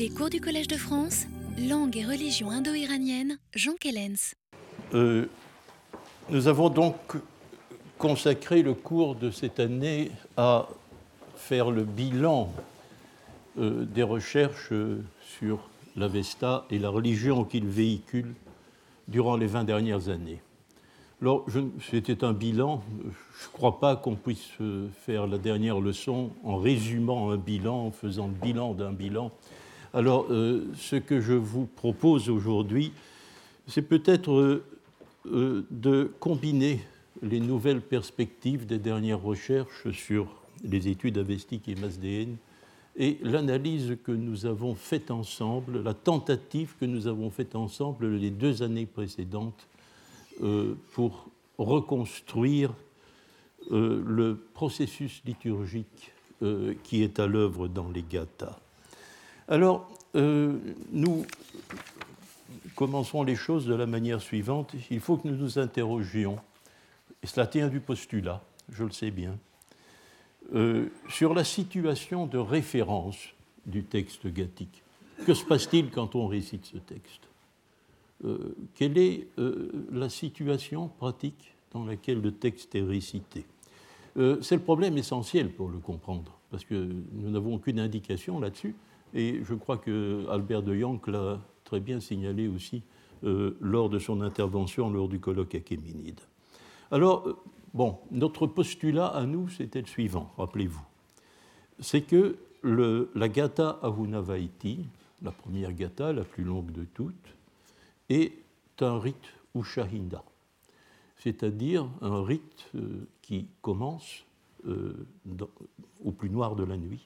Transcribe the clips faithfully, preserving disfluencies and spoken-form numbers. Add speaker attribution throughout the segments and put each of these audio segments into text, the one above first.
Speaker 1: Les cours du Collège de France, langue et religion indo-iranienne, Jean Kellens.
Speaker 2: Euh, nous avons donc consacré le cours de cette année à faire le bilan euh, des recherches euh, sur l'Avesta et la religion qu'il véhicule durant les vingt dernières années. Alors, je, c'était un bilan. Je ne crois pas qu'on puisse faire la dernière leçon en résumant un bilan, en faisant le bilan d'un bilan. Alors, euh, ce que je vous propose aujourd'hui, c'est peut-être euh, euh, de combiner les nouvelles perspectives des dernières recherches sur les études avestiques et masdéennes et l'analyse que nous avons faite ensemble, la tentative que nous avons faite ensemble les deux années précédentes euh, pour reconstruire euh, le processus liturgique euh, qui est à l'œuvre dans les Gathas. Alors, euh, nous commençons les choses de la manière suivante. Il faut que nous nous interrogions, et cela tient du postulat, je le sais bien, euh, sur la situation de référence du texte gathique. Que se passe-t-il quand on récite ce texte ? euh, Quelle est euh, la situation pratique dans laquelle le texte est récité ? euh, C'est le problème essentiel pour le comprendre, parce que nous n'avons aucune indication là-dessus. Et je crois que Albert de Jonck l'a très bien signalé aussi euh, lors de son intervention lors du colloque achéménide. Alors, euh, bon, notre postulat à nous, c'était le suivant, rappelez-vous. C'est que le, la Gatha Ahunavaiti, la première Gatha, la plus longue de toutes, est un rite Ushahinda, c'est-à-dire un rite euh, qui commence euh, dans, au plus noir de la nuit,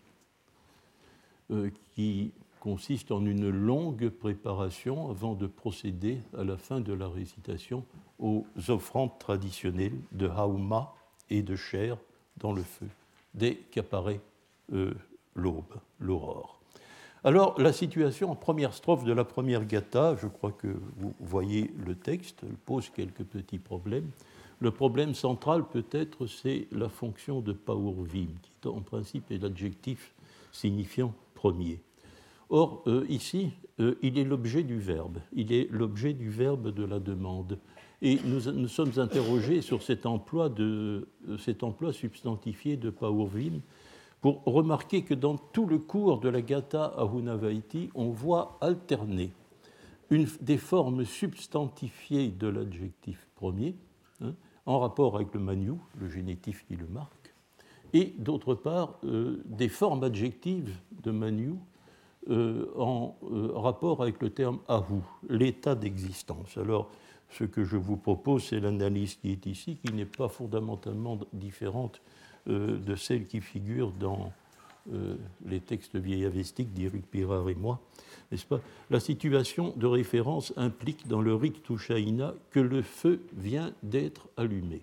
Speaker 2: Euh, qui consiste en une longue préparation avant de procéder à la fin de la récitation aux offrandes traditionnelles de hauma et de chair dans le feu, dès qu'apparaît euh, l'aube, l'aurore. Alors, la situation en première strophe de la première Gatha, je crois que vous voyez le texte, elle pose quelques petits problèmes. Le problème central, peut-être, c'est la fonction de paurvim, qui en principe est l'adjectif signifiant premier. Or, euh, ici, euh, il est l'objet du verbe, il est l'objet du verbe de la demande. Et nous nous sommes interrogés sur cet emploi, de, cet emploi substantifié de paurvim pour remarquer que dans tout le cours de la Gatha Ahunavaiti, on voit alterner une, des formes substantifiées de l'adjectif premier, hein, en rapport avec le maniou, le génitif qui le marque, et d'autre part, euh, des formes adjectives de maniou euh, en euh, rapport avec le terme ahu, l'état d'existence. Alors, ce que je vous propose, c'est l'analyse qui est ici, qui n'est pas fondamentalement différente euh, de celle qui figure dans euh, les textes vieillavestiques d'Éric Pirard et moi, n'est-ce pas ? La situation de référence implique dans le rite Tushaïna que le feu vient d'être allumé.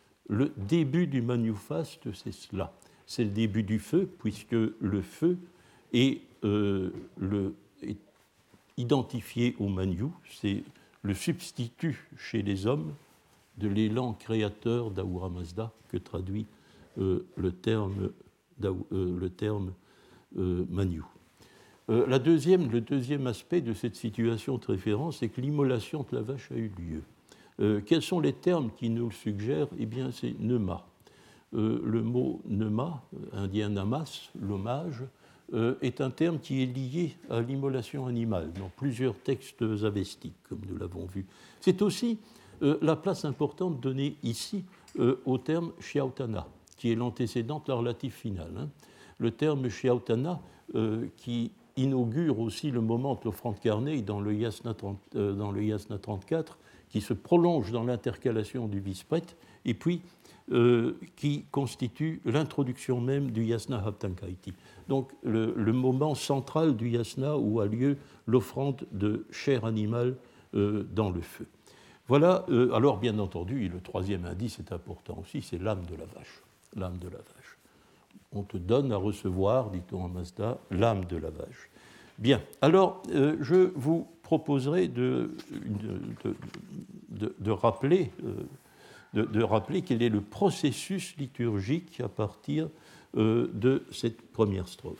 Speaker 2: Le début du maniofaste, c'est cela. C'est le début du feu, puisque le feu est, euh, le, est identifié au maniou. C'est le substitut chez les hommes de l'élan créateur d'Ahura Mazda que traduit euh, le terme, euh, le terme euh, maniou. Euh, la deuxième, le deuxième aspect de cette situation de référence, c'est que l'immolation de la vache a eu lieu. Euh, quels sont les termes qui nous le suggèrent ? Eh bien, c'est nema. Euh, le mot nema, indien namas, l'hommage, euh, est un terme qui est lié à l'immolation animale dans plusieurs textes avestiques, comme nous l'avons vu. C'est aussi euh, la place importante donnée ici euh, au terme shiautana, qui est l'antécédent de la relative finale. Hein. Le terme shiautana, euh, qui inaugure aussi le moment de l'offrande carnée dans le Yasna, trente, euh, dans le Yasna trente-quatre, qui se prolonge dans l'intercalation du visprète, et puis euh, qui constitue l'introduction même du yasna haptankaiti. Donc le, le moment central du yasna où a lieu l'offrande de chair animale euh, dans le feu. Voilà, euh, alors bien entendu, le troisième indice est important aussi, c'est l'âme de la vache. L'âme de la vache. On te donne à recevoir, dit-on en Mazda, l'âme de la vache. Bien, alors euh, je vous proposerai de, de, de, de, rappeler, de, de rappeler quel est le processus liturgique à partir euh, de cette première strophe.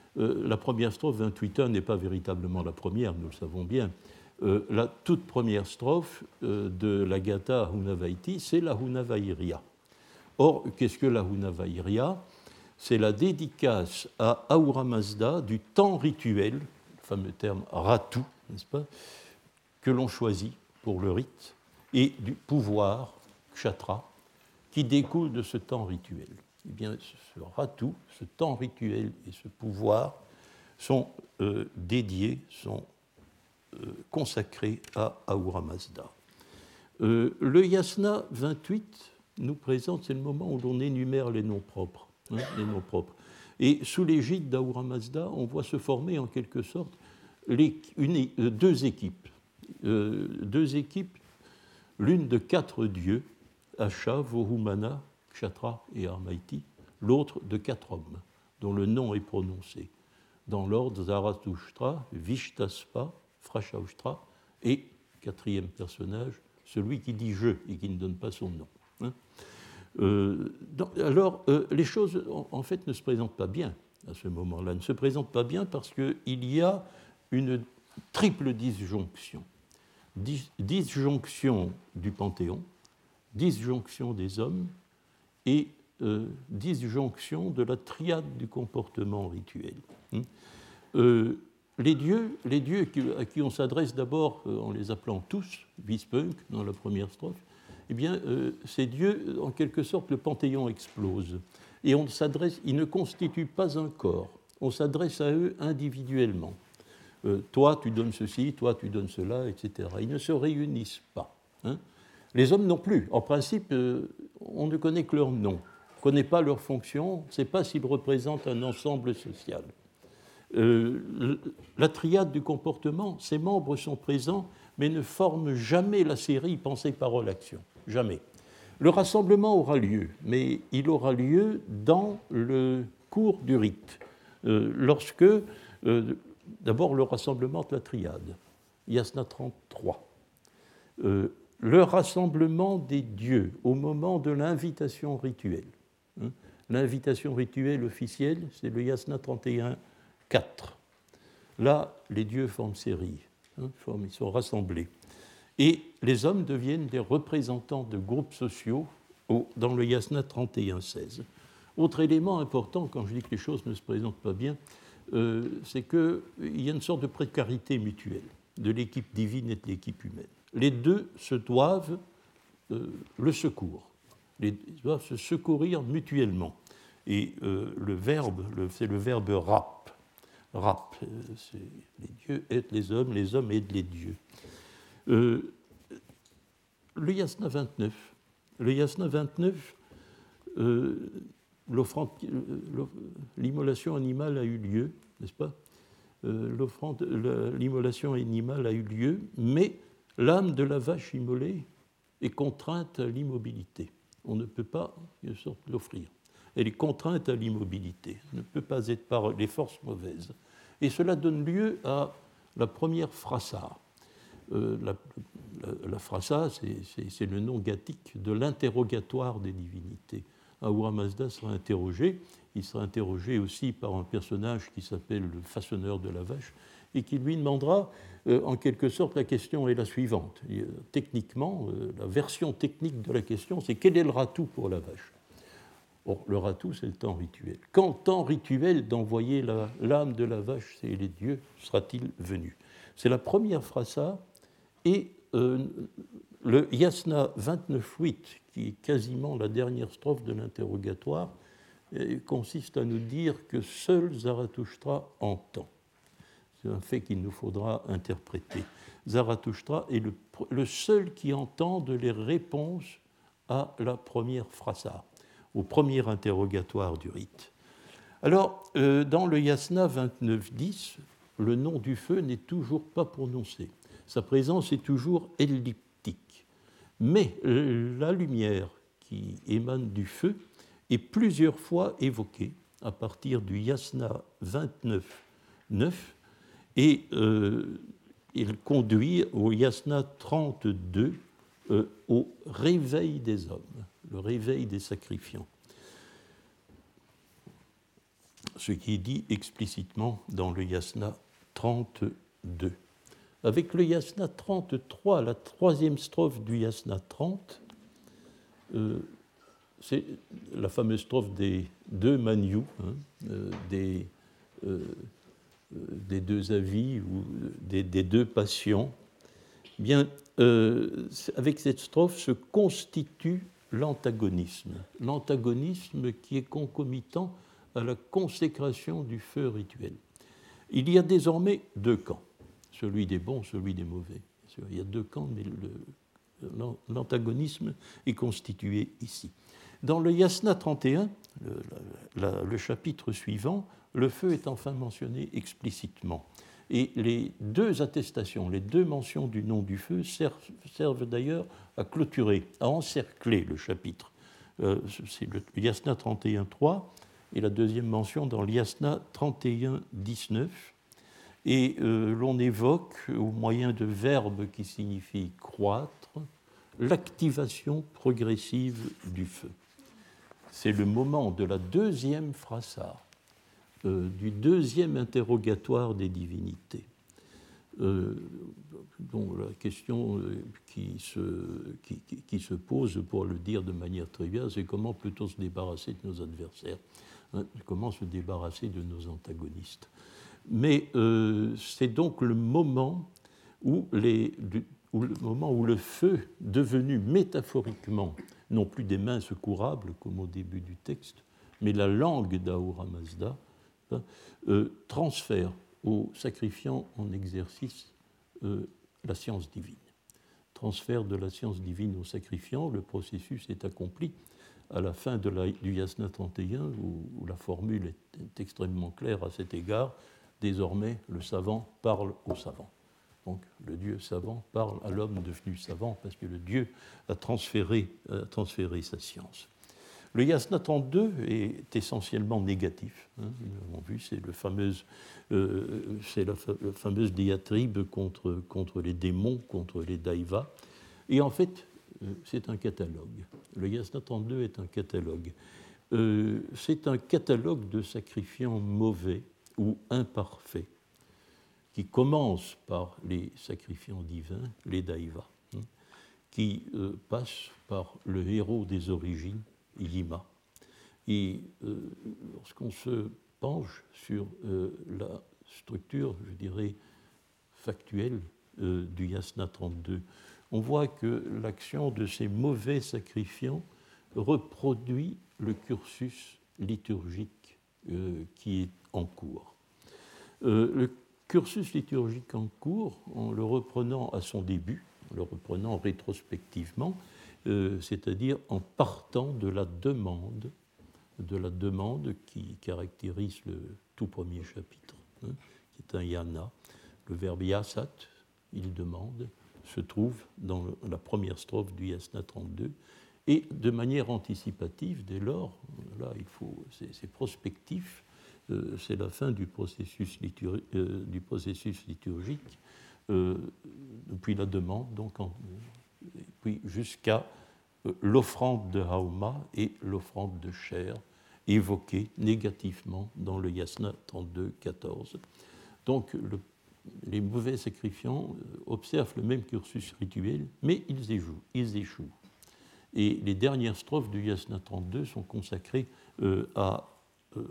Speaker 2: Euh, la première strophe, vingt-huit un, n'est pas véritablement la première, nous le savons bien. Euh, la toute première strophe euh, de la Gatha Hunavaiti, c'est la Hunavairia. Or, qu'est-ce que la Hunavairia? C'est la dédicace à Ahura Mazda du temps rituel, le fameux terme ratu, n'est-ce pas, que l'on choisit pour le rite, et du pouvoir, kshatra, qui découle de ce temps rituel. Eh bien, ce ratu, ce temps rituel et ce pouvoir sont euh, dédiés, sont euh, consacrés à Ahura Mazda. Euh, le yasna vingt-huit nous présente, c'est le moment où l'on énumère les noms propres. Hein, les noms propres. Et sous l'égide d'Ahura Mazda, on voit se former en quelque sorte les, une, euh, deux équipes. Euh, deux équipes, l'une de quatre dieux, Asha, Vohumana, Kshatra et Armaiti, l'autre de quatre hommes, dont le nom est prononcé. Dans l'ordre, Zarathustra, Vishtaspa, Frashaushtra et, quatrième personnage, celui qui dit « je » et qui ne donne pas son nom. Hein. Euh, donc, alors, euh, les choses, en, en fait, ne se présentent pas bien à ce moment-là. Ne se présentent pas bien parce qu'il y a une triple disjonction. Dis, disjonction du Panthéon, disjonction des hommes et euh, disjonction de la triade du comportement rituel. Hein. Euh, les dieux, les dieux qui, à qui on s'adresse d'abord euh, en les appelant tous, Vispunk dans la première strophe, eh bien, euh, ces dieux, en quelque sorte, le panthéon explose. Et on s'adresse, ils ne constituent pas un corps, on s'adresse à eux individuellement. Euh, toi, tu donnes ceci, toi, tu donnes cela, et cetera. Ils ne se réunissent pas. Hein. Les hommes non plus. En principe, euh, on ne connaît que leur nom, on ne connaît pas leur fonction, on ne sait pas s'ils représentent un ensemble social. Euh, la triade du comportement, ses membres sont présents, mais ne forment jamais la série pensée, parole, action. Jamais. Le rassemblement aura lieu, mais il aura lieu dans le cours du rite, euh, lorsque, euh, d'abord, le rassemblement de la triade, Yasna trente-trois, euh, le rassemblement des dieux au moment de l'invitation rituelle. Hein. L'invitation rituelle officielle, c'est le Yasna trente et un quatre. Là, les dieux forment série, hein, ils sont rassemblés. Et les hommes deviennent des représentants de groupes sociaux dans le Yasna trente et un seize. Autre élément important, quand je dis que les choses ne se présentent pas bien, euh, c'est qu'il y a une sorte de précarité mutuelle de l'équipe divine et de l'équipe humaine. Les deux se doivent euh, le secours, les, ils doivent se secourir mutuellement. Et euh, le verbe, le, c'est le verbe rap. Rap, c'est les dieux aident les hommes, les hommes aident les dieux. Euh, le Yasna vingt-neuf, le Yasna vingt-neuf, euh, l'immolation animale a eu lieu, n'est-ce pas? euh, L'immolation animale a eu lieu, mais l'âme de la vache immolée est contrainte à l'immobilité. On ne peut pas, en sorte, l'offrir. Elle est contrainte à l'immobilité, elle ne peut pas être par les forces mauvaises. Et cela donne lieu à la première frasa. Euh, la, la, la frasa, c'est, c'est, c'est le nom gathique de l'interrogatoire des divinités. Ahura Mazda sera interrogé, il sera interrogé aussi par un personnage qui s'appelle le façonneur de la vache, et qui lui demandera, euh, en quelque sorte, la question est la suivante. Et, euh, techniquement, euh, la version technique de la question, c'est quel est le ratou pour la vache? Or, le ratou, c'est le temps rituel. Quand temps rituel d'envoyer la, l'âme de la vache et les dieux sera-t-il venu? C'est la première frasa, et euh, le Yasna vingt-neuf huit, qui est quasiment la dernière strophe de l'interrogatoire, euh, consiste à nous dire que seul Zarathustra entend. C'est un fait qu'il nous faudra interpréter. Zarathustra est le, le seul qui entende les réponses à la première frasa, au premier interrogatoire du rite. Alors, euh, dans le Yasna vingt-neuf dix, le nom du feu n'est toujours pas prononcé. Sa présence est toujours elliptique. Mais la lumière qui émane du feu est plusieurs fois évoquée à partir du Yasna vingt-neuf neuf et euh, il conduit au Yasna trente-deux euh, au réveil des hommes, le réveil des sacrifiants. ce qui est dit explicitement dans le yasna trente-deux. Avec le yasna trente-trois, la troisième strophe du yasna trente, euh, c'est la fameuse strophe des deux Manyu, hein, euh, des, euh, des deux avis ou des, des deux passions. Bien, euh, avec cette strophe se constitue l'antagonisme. L'antagonisme qui est concomitant à la consécration du feu rituel. Il y a désormais deux camps, celui des bons, celui des mauvais. Il y a deux camps, mais le, l'antagonisme est constitué ici. Dans le yasna trente et un, le, la, le chapitre suivant, le feu est enfin mentionné explicitement. Et les deux attestations, les deux mentions du nom du feu servent, servent d'ailleurs à clôturer, à encercler le chapitre. Euh, c'est le yasna trente et un trois et la deuxième mention dans le yasna trente et un dix-neuf. Et euh, l'on évoque, au moyen de verbes qui signifient croître, l'activation progressive du feu. C'est le moment de la deuxième phrasa, euh, du deuxième interrogatoire des divinités. Euh, donc la question qui se, qui, qui, qui se pose, pour le dire de manière triviale, c'est comment peut-on se débarrasser de nos adversaires, hein, comment se débarrasser de nos antagonistes. Mais euh, c'est donc le moment où, les, où le moment où le feu, devenu métaphoriquement non plus des mains secourables, comme au début du texte, mais la langue d'Ahura Mazda, hein, euh, transfère au sacrifiant en exercice euh, la science divine. Transfert de la science divine au sacrifiant, le processus est accompli à la fin de la, du yasna trente et un, où, où la formule est, est extrêmement claire à cet égard. Désormais, le savant parle au savant. Donc, le Dieu savant parle à l'homme devenu savant parce que le Dieu a transféré, a transféré sa science. Le yasna trente-deux est essentiellement négatif. Hein, nous l'avons vu, c'est, le fameuse, euh, c'est la, fa- la fameuse diatribe contre, contre les démons, contre les daivas. Et en fait, euh, c'est un catalogue. Le yasna trente-deux est un catalogue. Euh, c'est un catalogue de sacrifiants mauvais ou imparfaits, qui commence par les sacrifiants divins, les daivas, hein, qui euh, passe par le héros des origines, Yima. Et euh, lorsqu'on se penche sur euh, la structure, je dirais, factuelle euh, du yasna trente-deux, on voit que l'action de ces mauvais sacrifiants reproduit le cursus liturgique euh, qui est en cours. Euh, le cursus liturgique en cours, en le reprenant à son début, en le reprenant rétrospectivement, euh, c'est-à-dire en partant de la demande, de la demande qui caractérise le tout premier chapitre, hein, qui est un yana. Le verbe yasat, il demande, se trouve dans la première strophe du yasna trente-deux, et de manière anticipative, dès lors, là, il faut, c'est, c'est prospectif, euh, c'est la fin du processus, liturgi- euh, du processus liturgique, euh, depuis la demande, donc en, et puis jusqu'à euh, l'offrande de Hauma et l'offrande de chair, évoquée négativement dans le yasna trente-deux quatorze. Donc le, les mauvais sacrifiants observent le même cursus rituel, mais ils échouent. Ils échouent. Et les dernières strophes du yasna trente-deux sont consacrées euh, à euh,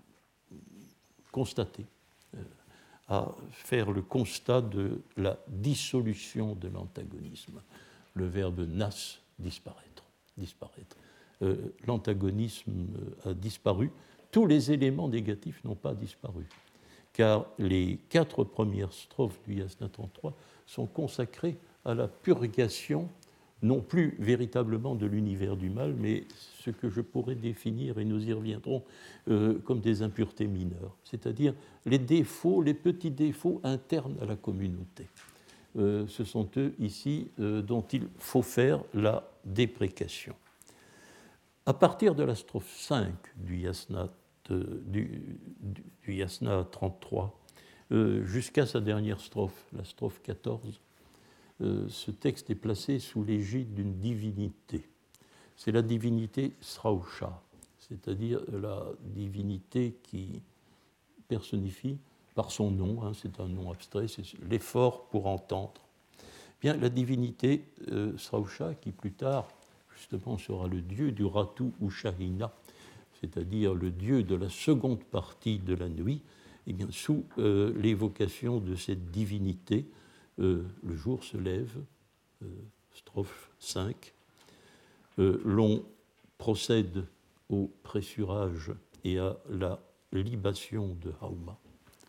Speaker 2: constater, euh, à faire le constat de la dissolution de l'antagonisme. Le verbe nas, disparaître. disparaître. Euh, l'antagonisme a disparu. Tous les éléments négatifs n'ont pas disparu, car les quatre premières strophes du yasna trente-trois sont consacrées à la purgation, non plus véritablement de l'univers du mal, mais ce que je pourrais définir, et nous y reviendrons, euh, comme des impuretés mineures, c'est-à-dire les défauts, les petits défauts internes à la communauté. Euh, ce sont eux ici euh, dont il faut faire la déprécation. À partir de la strophe cinq du yasna, de, du, du, du yasna trente-trois, euh, jusqu'à sa dernière strophe, la strophe quatorze, euh, ce texte est placé sous l'égide d'une divinité. C'est la divinité Srausha, c'est-à-dire la divinité qui personnifie par son nom, hein, c'est un nom abstrait, c'est l'effort pour entendre. Bien, la divinité euh, Srausha, qui plus tard, justement, sera le dieu du Ratu Ushahina, c'est-à-dire le dieu de la seconde partie de la nuit, et bien, sous euh, l'évocation de cette divinité, euh, le jour se lève, euh, strophe cinq, euh, l'on procède au pressurage et à la libation de Hauma,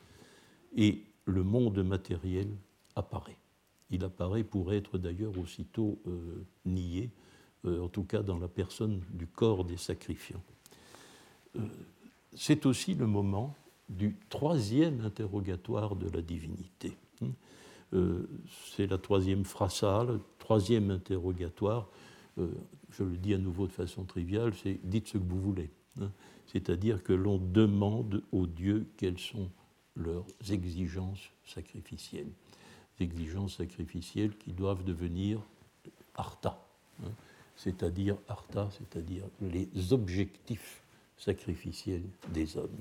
Speaker 2: et le monde matériel apparaît. Il apparaît pour être d'ailleurs aussitôt euh, nié, euh, en tout cas dans la personne du corps des sacrifiants. Euh, c'est aussi le moment du troisième interrogatoire de la divinité. Euh, c'est la troisième phrasa, le troisième interrogatoire. Euh, je le dis à nouveau de façon triviale, c'est « dites ce que vous voulez hein ». C'est-à-dire que l'on demande aux dieux quelles sont leurs exigences sacrificielles. Exigences sacrificielles qui doivent devenir artha, hein, c'est-à-dire artha, c'est-à-dire les objectifs sacrificiels des hommes.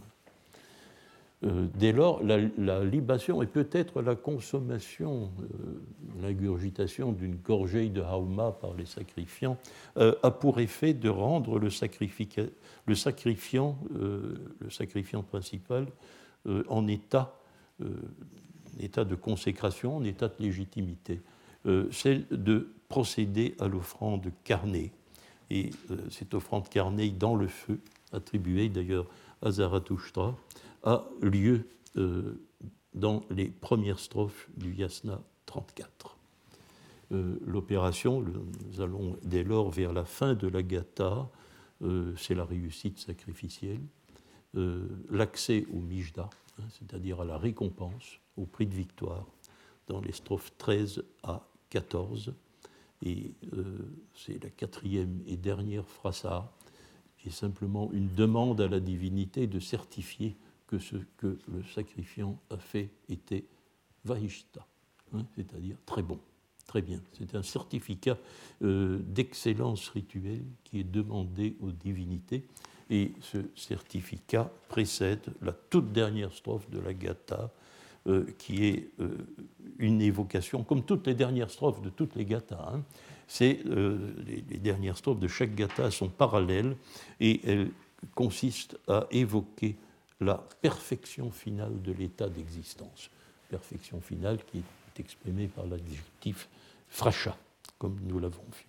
Speaker 2: Euh, dès lors, la, la libation et peut-être la consommation, euh, l'ingurgitation d'une gorgée de hauma par les sacrifiants euh, a pour effet de rendre le, le sacrifiant, euh, le sacrifiant principal euh, en état euh, état de consécration, en état de légitimité, euh, celle de procéder à l'offrande carnée. Et euh, cette offrande carnée dans le feu, attribuée d'ailleurs à Zarathoustra, a lieu euh, dans les premières strophes du Yasna trente-quatre. Euh, l'opération, le, nous allons dès lors vers la fin de la Gatha, euh, c'est la réussite sacrificielle, euh, l'accès au Mijda, hein, c'est-à-dire à la récompense, au prix de victoire, dans les strophes treize à quatorze. Et euh, c'est la quatrième et dernière phrasa, qui est simplement une demande à la divinité de certifier que ce que le sacrifiant a fait était vahishta, hein, c'est-à-dire très bon, très bien. C'est un certificat euh, d'excellence rituelle qui est demandé aux divinités. Et ce certificat précède la toute dernière strophe de la Gatha, euh, qui est euh, une évocation, comme toutes les dernières strophes de toutes les Gathas. Hein, c'est, euh, les, les dernières strophes de chaque Gatha sont parallèles et elles consistent à évoquer la perfection finale de l'état d'existence. Perfection finale qui est exprimée par l'adjectif frasha, comme nous l'avons vu.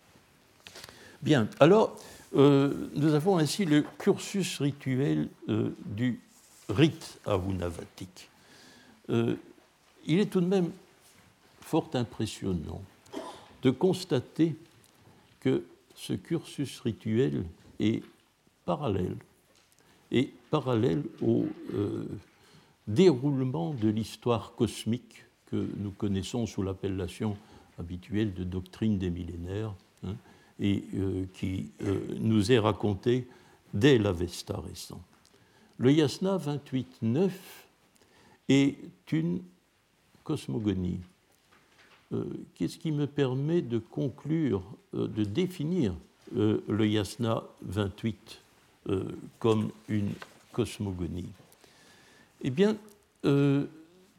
Speaker 2: Bien, alors, euh, nous avons ainsi le cursus rituel euh, du rite avunavatique. Euh, il est tout de même fort impressionnant de constater que ce cursus rituel est parallèle, et parallèle au euh, déroulement de l'histoire cosmique que nous connaissons sous l'appellation habituelle de doctrine des millénaires, hein, et euh, qui euh, nous est raconté dès l'Avesta récent. Le Yasna vingt-huit neuf est une cosmogonie. Euh, qu'est-ce qui me permet de conclure, euh, de définir euh, le Yasna vingt-huit euh, comme une cosmogonie? Eh bien, euh,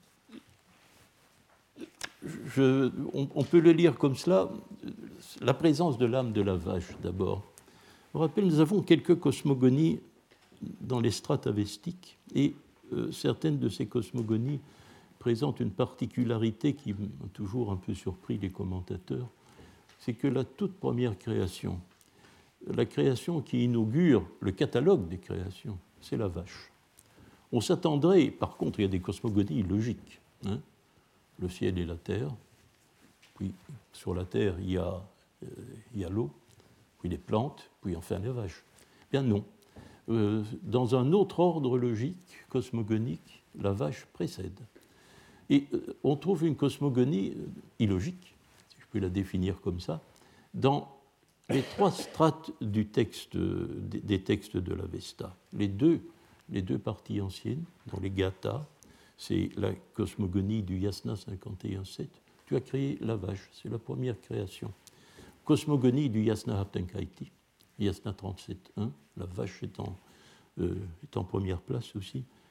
Speaker 2: je, on, on peut le lire comme cela. La présence de l'âme de la vache, d'abord. Je vous rappelle, nous avons quelques cosmogonies dans les strates avestiques, et euh, certaines de ces cosmogonies présentent une particularité qui m'a toujours un peu surpris les commentateurs, c'est que la toute première création, la création qui inaugure le catalogue des créations, c'est la vache. On s'attendrait, par contre, il y a des cosmogonies logiques, hein, le ciel et la terre, puis sur la terre, il y a, euh, il y a l'eau, puis les plantes, puis enfin les vaches. Bien non. Euh, dans un autre ordre logique, cosmogonique, la vache précède. Et euh, on trouve une cosmogonie euh, illogique, si je peux la définir comme ça, dans les trois strates du texte, euh, des, des textes de l'Avesta. Les deux, les deux parties anciennes, dans les Gathas, c'est la cosmogonie du Yasna cinquante et un sept. Tu as créé la vache, c'est la première création. Cosmogonie du Yasna Haptenkaiti, Yasna trente-sept un, la vache est en, euh, est en première place aussi.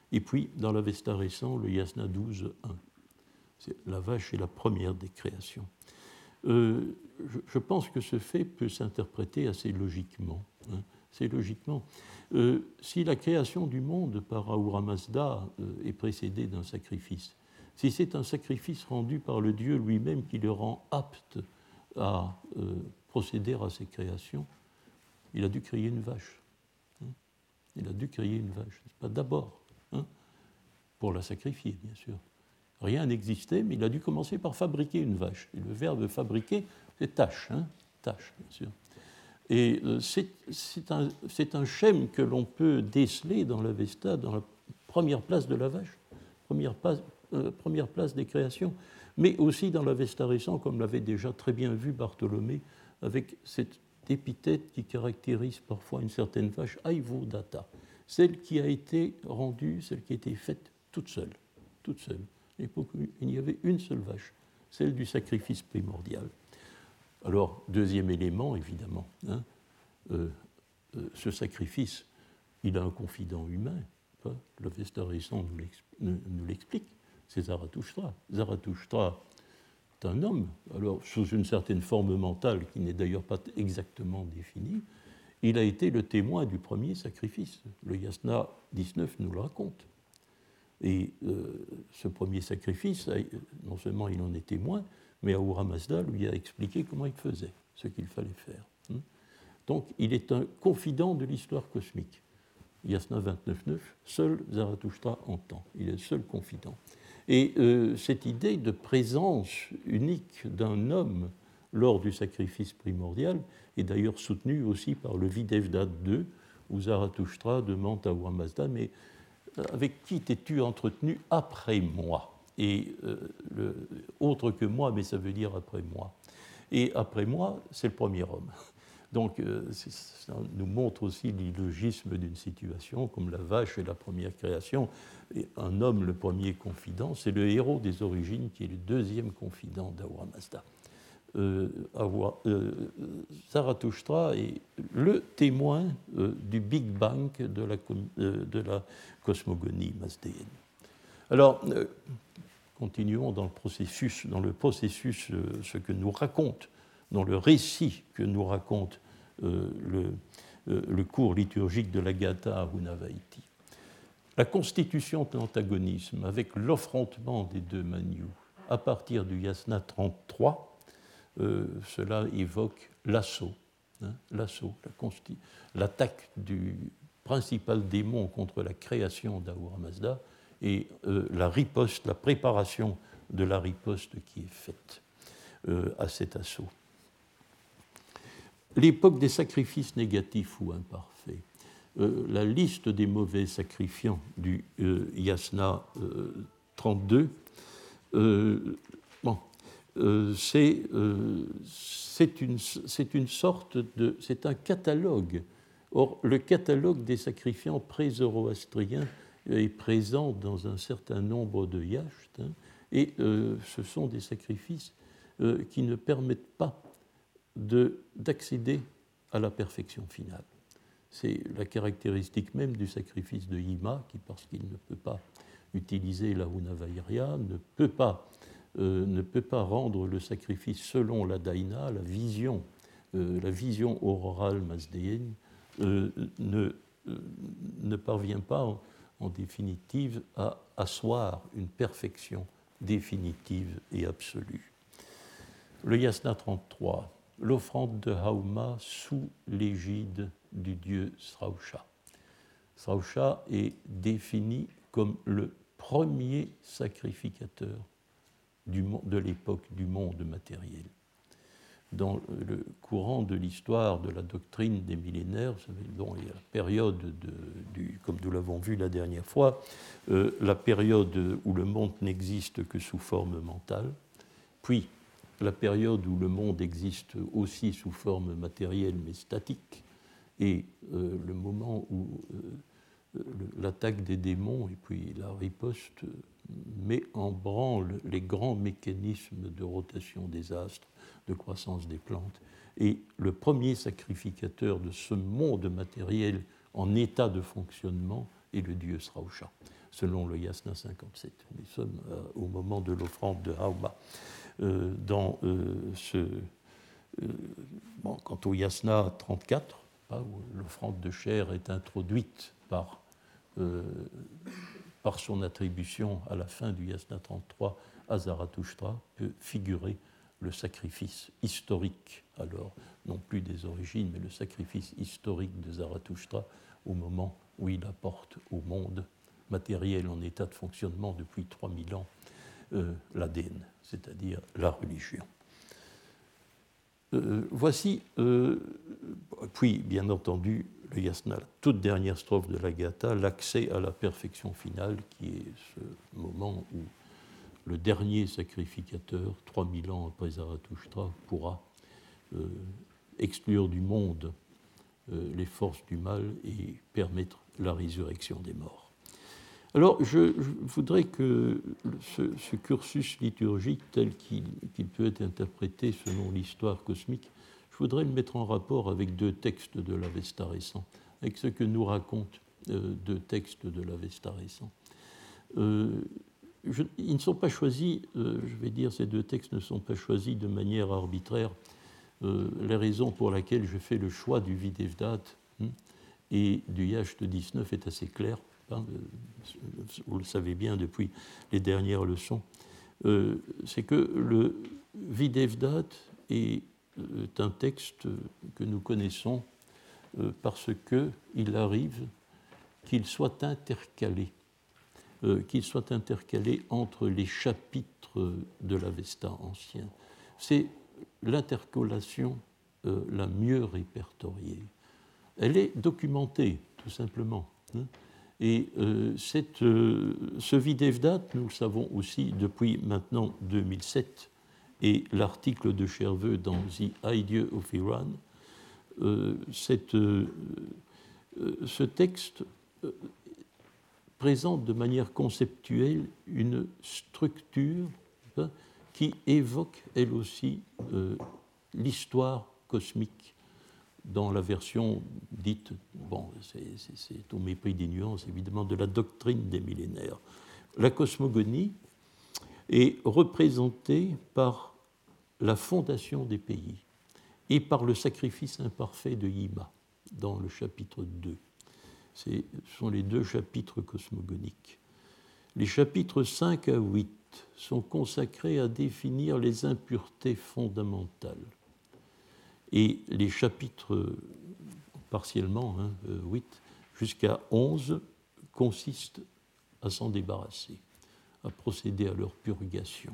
Speaker 2: Et puis, dans l'Avesta récent, le Yasna douze un. C'est, la vache est la première des créations. Euh, je, je pense que ce fait peut s'interpréter assez logiquement. Hein, assez logiquement. Euh, si la création du monde par Ahura Mazda euh, est précédée d'un sacrifice, si c'est un sacrifice rendu par le Dieu lui-même qui le rend apte à euh, procéder à ses créations, il a dû créer une vache. Hein, il a dû créer une vache, c'est pas d'abord, hein, pour la sacrifier, bien sûr. Rien n'existait, mais il a dû commencer par fabriquer une vache. Et le verbe fabriquer, c'est tâche, hein, tâche, bien sûr. Et euh, c'est, c'est, un, c'est un schème que l'on peut déceler dans l'Avesta, dans la première place de la vache, première place, euh, première place des créations, mais aussi dans l'Avesta récent, comme l'avait déjà très bien vu Bartholomé, avec cette épithète qui caractérise parfois une certaine vache, Aivodata, celle qui a été rendue, celle qui a été faite toute seule, toute seule. À l'époque, il y avait une seule vache, celle du sacrifice primordial. Alors, deuxième élément, évidemment, hein, euh, euh, ce sacrifice, il a un confident humain. Hein, l'Avesta récent nous, l'ex- nous l'explique, c'est Zarathustra. Zarathustra est un homme, alors sous une certaine forme mentale qui n'est d'ailleurs pas exactement définie. Il a été le témoin du premier sacrifice. Le Yasna dix-neuf nous le raconte. Et euh, ce premier sacrifice, non seulement il en est témoin, mais Ahura Mazda lui a expliqué comment il faisait, ce qu'il fallait faire. Donc il est un confident de l'histoire cosmique. Yasna vingt-neuf neuf, seul Zarathustra entend, il est le seul confident. Et euh, cette idée de présence unique d'un homme lors du sacrifice primordial est d'ailleurs soutenue aussi par le Videvdat deux, où Zarathustra demande à Ahura Mazda, mais avec qui t'es-tu entretenu après moi? Et euh, le, autre que moi, mais ça veut dire après moi. Et après moi, c'est le premier homme. Donc, euh, ça nous montre aussi l'illogisme d'une situation, comme la vache est la première création, et un homme, le premier confident, c'est le héros des origines qui est le deuxième confident d'Ahura Mazda. Euh, euh, Zarathustra est le témoin euh, du Big Bang de la, euh, de la cosmogonie mazdéenne. Alors, euh, continuons dans le processus, dans le processus euh, ce que nous raconte, dans le récit que nous raconte euh, le, euh, le cours liturgique de la Gatha à Unavaiti. La constitution de l'antagonisme avec l'affrontement des deux Manus à partir du Yasna trente-trois, Euh, cela évoque l'assaut, hein, l'assaut, la consti- l'attaque du principal démon contre la création d'Ahura Mazda et euh, la riposte, la préparation de la riposte qui est faite euh, à cet assaut. L'époque des sacrifices négatifs ou imparfaits. Euh, la liste des mauvais sacrifiants du euh, Yasna euh, trente-deux, euh, bon, Euh, c'est, euh, c'est, une, c'est une sorte de... c'est un catalogue. Or, le catalogue des sacrifiants pré-zoroastriens est présent dans un certain nombre de yachts, hein, et euh, ce sont des sacrifices euh, qui ne permettent pas de, d'accéder à la perfection finale. C'est la caractéristique même du sacrifice de Yima, qui, parce qu'il ne peut pas utiliser la Unavairya, ne peut pas Euh, ne peut pas rendre le sacrifice selon la daina, la vision, euh, la vision aurorale mazdéenne, euh, ne, euh, ne parvient pas en, en définitive à asseoir une perfection définitive et absolue. Le Yasna trente-trois, l'offrande de Hauma sous l'égide du dieu Srausha. Srausha est défini comme le premier sacrificateur Du, de l'époque du monde matériel. Dans le courant de l'histoire de la doctrine des millénaires, vous savez, bon, il y a la période, de, du, comme nous l'avons vu la dernière fois, euh, la période où le monde n'existe que sous forme mentale, puis la période où le monde existe aussi sous forme matérielle mais statique, et euh, le moment où euh, l'attaque des démons et puis la riposte met en branle les grands mécanismes de rotation des astres, de croissance des plantes. Et le premier sacrificateur de ce monde matériel en état de fonctionnement est le dieu Srausha. selon le Yasna cinquante-sept. Nous sommes euh, au moment de l'offrande de Hauma. Euh, dans euh, ce, euh, bon, quant au Yasna trente-quatre, hein, où l'offrande de chair est introduite par, euh, par son attribution à la fin du Yasna trente-trois à Zarathustra, peut figurer le sacrifice historique, alors non plus des origines, mais le sacrifice historique de Zarathustra au moment où il apporte au monde matériel en état de fonctionnement depuis trois mille ans euh, l'A D N, c'est-à-dire la religion. Euh, voici, euh, puis bien entendu, le yasna, la toute dernière strophe de la Gatha, l'accès à la perfection finale, qui est ce moment où le dernier sacrificateur, trois mille ans après Zarathustra, pourra euh, exclure du monde euh, les forces du mal et permettre la résurrection des morts. Alors, je, je voudrais que ce, ce cursus liturgique tel qu'il, qu'il peut être interprété selon l'histoire cosmique, je voudrais le mettre en rapport avec deux textes de l'Avesta récent, avec ce que nous racontent euh, deux textes de l'Avesta récent. Euh, je, ils ne sont pas choisis, euh, je vais dire, ces deux textes ne sont pas choisis de manière arbitraire. Euh, la raison pour laquelle je fais le choix du Videvdat hein, et du Yasht dix-neuf est assez claire. Hein, vous le savez bien depuis les dernières leçons, euh, c'est que le Videvdat est, est un texte que nous connaissons euh, parce qu'il arrive qu'il soit intercalé, euh, qu'il soit intercalé entre les chapitres de l'Avesta ancien. C'est l'intercalation euh, la mieux répertoriée. Elle est documentée, tout simplement. Hein. Et euh, cette, euh, ce Videvdat, nous le savons aussi depuis maintenant deux mille sept, et l'article de Cherveux dans The Idea of Iran, euh, cette, euh, ce texte euh, présente de manière conceptuelle une structure hein, qui évoque, elle aussi, euh, l'histoire cosmique dans la version dite, bon, c'est, c'est, c'est au mépris des nuances, évidemment, de la doctrine des millénaires. La cosmogonie est représentée par la fondation des pays et par le sacrifice imparfait de Yima, dans le chapitre deux. C'est, ce sont les deux chapitres cosmogoniques. Les chapitres cinq à huit sont consacrés à définir les impuretés fondamentales. Et les chapitres, partiellement, hein, huit jusqu'à onze, consistent à s'en débarrasser, à procéder à leur purgation.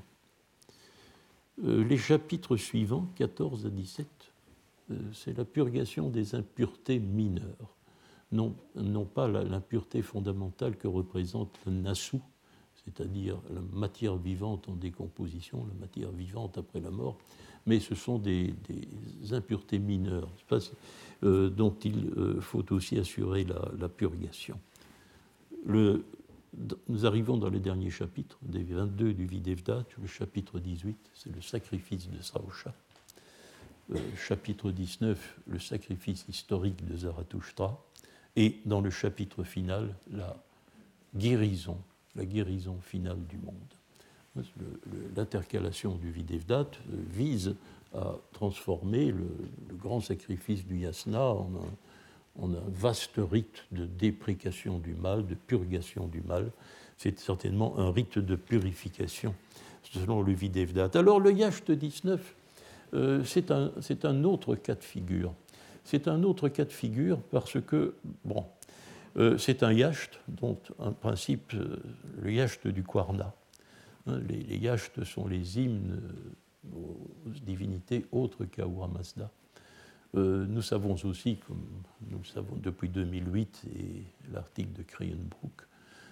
Speaker 2: Euh, les chapitres suivants, quatorze à dix-sept, euh, c'est la purgation des impuretés mineures, non, non pas la, l'impureté fondamentale que représente le nassou, c'est-à-dire la matière vivante en décomposition, la matière vivante après la mort, mais ce sont des, des impuretés mineures pas, euh, dont il euh, faut aussi assurer la, la purgation. Le, nous arrivons dans les derniers chapitres, des vingt-deux du Videvdat, le chapitre dix-huit, c'est le sacrifice de Sraosha. Euh, chapitre dix-neuf, le sacrifice historique de Zarathustra. Et dans le chapitre final, la guérison, la guérison finale du monde. Le, le, l'intercalation du Videvdat vise à transformer le, le grand sacrifice du Yasna en un, en un vaste rite de déprécation du mal, de purgation du mal. C'est certainement un rite de purification selon le Videvdat. Alors le Yasht dix-neuf, euh, c'est, un, c'est un autre cas de figure. C'est un autre cas de figure parce que, bon, euh, c'est un Yasht dont un principe, euh, le Yasht du Kwarna. Les, les yashts sont les hymnes aux divinités autres qu'Ahura Mazda. Euh, nous savons aussi, comme nous le savons depuis deux mille huit et l'article de Krienbrook,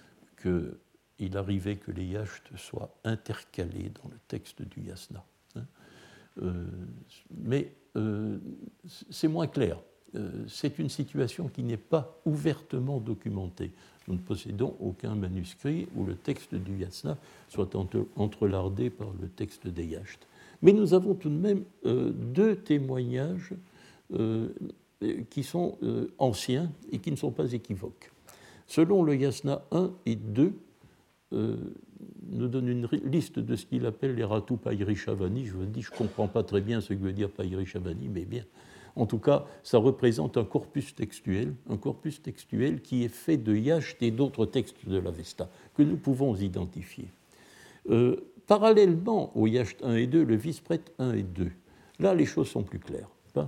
Speaker 2: qu'il arrivait que les yashts soient intercalés dans le texte du Yasna. Hein. Euh, mais euh, c'est moins clair. Euh, c'est une situation qui n'est pas ouvertement documentée. Nous ne possédons aucun manuscrit où le texte du Yasna soit entre, entrelardé par le texte des Yashts. Mais nous avons tout de même euh, deux témoignages euh, qui sont euh, anciens et qui ne sont pas équivoques. selon le Yasna un et deux, euh, nous donne une liste de ce qu'il appelle les Ratu Pairishavani. Je vous dis, je ne comprends pas très bien ce que veut dire Pairishavani, mais bien. En tout cas, ça représente un corpus textuel, un corpus textuel qui est fait de Yacht et d'autres textes de l'Avesta, que nous pouvons identifier. Euh, parallèlement au Yacht un et deux, le Vispreth un et deux, là, les choses sont plus claires.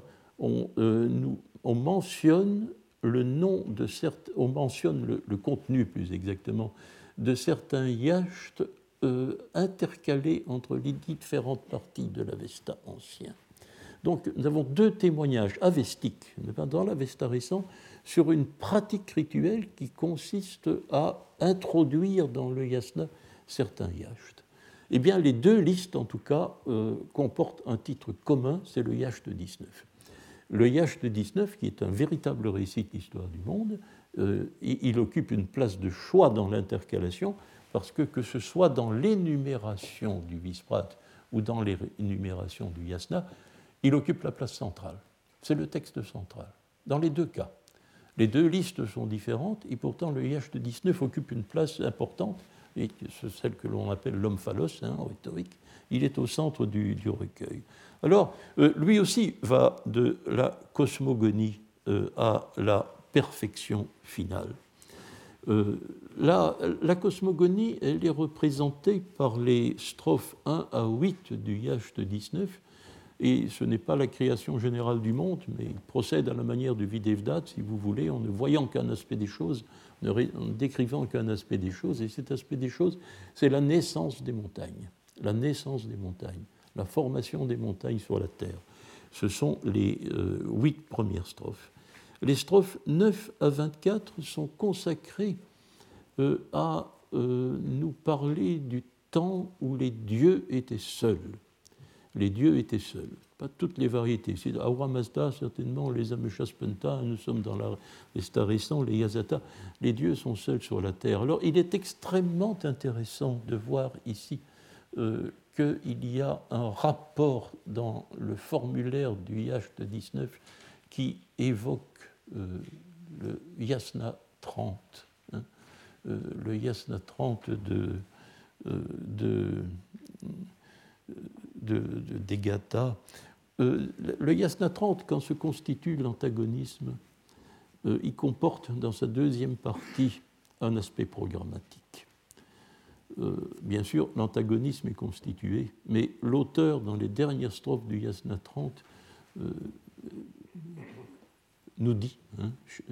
Speaker 2: On, euh, nous, on mentionne le nom de certains, on mentionne le, le contenu plus exactement de certains Yachts euh, intercalés entre les différentes parties de l'Avesta ancien. Donc nous avons deux témoignages avestiques dans l'Avesta récent sur une pratique rituelle qui consiste à introduire dans le yasna certains Yachts. Eh bien, les deux listes, en tout cas, euh, comportent un titre commun, c'est le Yacht dix-neuf. Le Yacht dix-neuf, qui est un véritable récit de l'histoire du monde, euh, il occupe une place de choix dans l'intercalation, parce que que ce soit dans l'énumération du Visprat ou dans l'énumération du Yasna, il occupe la place centrale. C'est le texte central, dans les deux cas. Les deux listes sont différentes, et pourtant le Yacht dix-neuf occupe une place importante, et c'est celle que l'on appelle l'homme phallos, hein, en rhétorique. Il est au centre du, du recueil. Alors, euh, lui aussi va de la cosmogonie euh, à la perfection finale. Euh, la, la cosmogonie, elle est représentée par les strophes un à huit du Yacht dix-neuf, et ce n'est pas la création générale du monde, mais il procède à la manière du Videvdat, si vous voulez, en ne voyant qu'un aspect des choses, en ne décrivant qu'un aspect des choses, et cet aspect des choses, c'est la naissance des montagnes, la naissance des montagnes, la formation des montagnes sur la terre. Ce sont les euh, huit premières strophes. Les strophes neuf à vingt-quatre sont consacrées euh, à euh, nous parler du temps où les dieux étaient seuls. Les dieux étaient seuls, pas toutes les variétés. C'est Ahura Mazda, certainement, les Ameshaspenta, nous sommes dans l'Avesta récent, les Yasata, les dieux sont seuls sur la terre. Alors il est extrêmement intéressant de voir ici euh, qu'il y a un rapport dans le formulaire du Yacht dix-neuf qui évoque euh, le Yasna trente, hein, euh, le Yasna trente de... Euh, de de, de, des Gathas. Euh, le Yasna trente, quand se constitue l'antagonisme, euh, il comporte dans sa deuxième partie un aspect programmatique. Euh, bien sûr, l'antagonisme est constitué, mais l'auteur, dans les dernières strophes du Yasna trente, euh, nous dit, hein,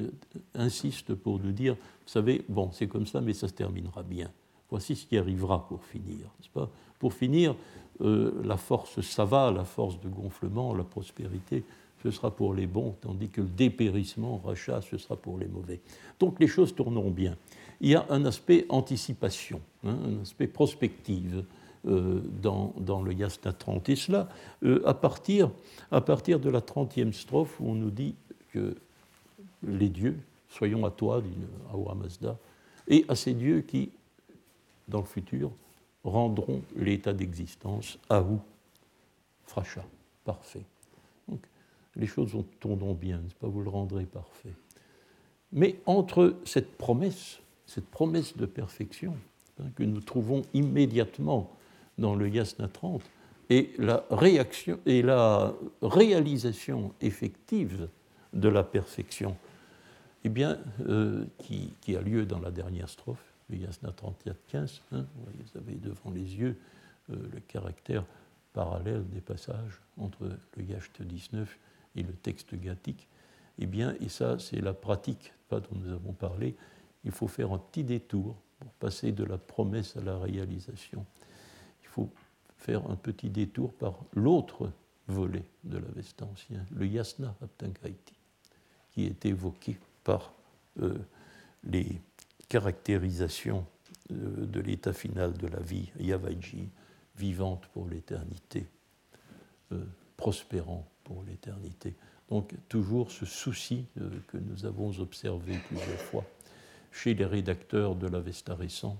Speaker 2: insiste pour nous dire, vous savez, bon, c'est comme ça, mais ça se terminera bien. Voici ce qui arrivera pour finir, n'est-ce pas ? Pour finir, euh, la force sava, la force de gonflement, la prospérité, ce sera pour les bons, tandis que le dépérissement, rachat, ce sera pour les mauvais. Donc les choses tourneront bien. Il y a un aspect anticipation, hein, un aspect prospective euh, dans, dans le Yasna trente. Et cela, euh, à, partir, à partir de la trentième strophe, où on nous dit que les dieux, soyons à toi, dit Ahura Mazda, et à ces dieux qui, dans le futur, rendront l'état d'existence Ahu, Fracha, parfait. Donc, les choses tourneront bien, n'est-ce pas, vous le rendrez parfait. Mais entre cette promesse, cette promesse de perfection, hein, que nous trouvons immédiatement dans le Yasna trente, et la réaction et la réalisation effective de la perfection, eh bien, euh, qui, qui a lieu dans la dernière strophe, le Yasna trente-quatre quinze, hein, vous avez devant les yeux euh, le caractère parallèle des passages entre le Yacht dix-neuf et le texte gathique. Eh bien, et ça, c'est la pratique pas dont nous avons parlé. Il faut faire un petit détour pour passer de la promesse à la réalisation. Il faut faire un petit détour par l'autre volet de l'Avesta ancien, le Yasna Aptankaiti, qui est évoqué par euh, les caractérisations de, de l'état final de la vie, Yavaiji, vivante pour l'éternité, euh, prospérant pour l'éternité. Donc toujours ce souci euh, que nous avons observé plusieurs fois chez les rédacteurs de l'Avesta récent,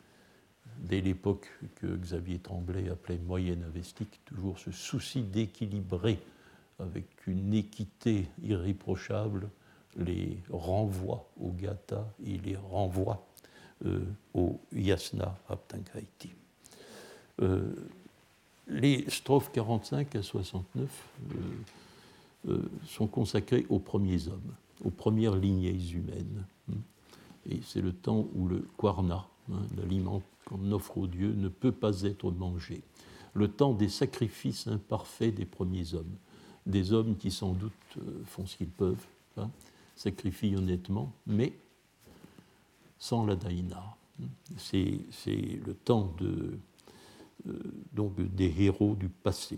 Speaker 2: dès l'époque que Xavier Tremblay appelait moyenne avestique, toujours ce souci d'équilibrer avec une équité irréprochable les renvoie au Gata, il les renvoie euh, au Yasna Aptankaiti. Euh, les strophes quarante-cinq à soixante-neuf euh, euh, sont consacrées aux premiers hommes, aux premières lignées humaines. Et c'est le temps où le Kwarna, hein, l'aliment qu'on offre aux dieux, ne peut pas être mangé. Le temps des sacrifices imparfaits des premiers hommes. Des hommes qui sans doute euh, font ce qu'ils peuvent, hein, sacrifient honnêtement, mais sans la daïna. C'est, c'est le temps de, euh, donc des héros du passé.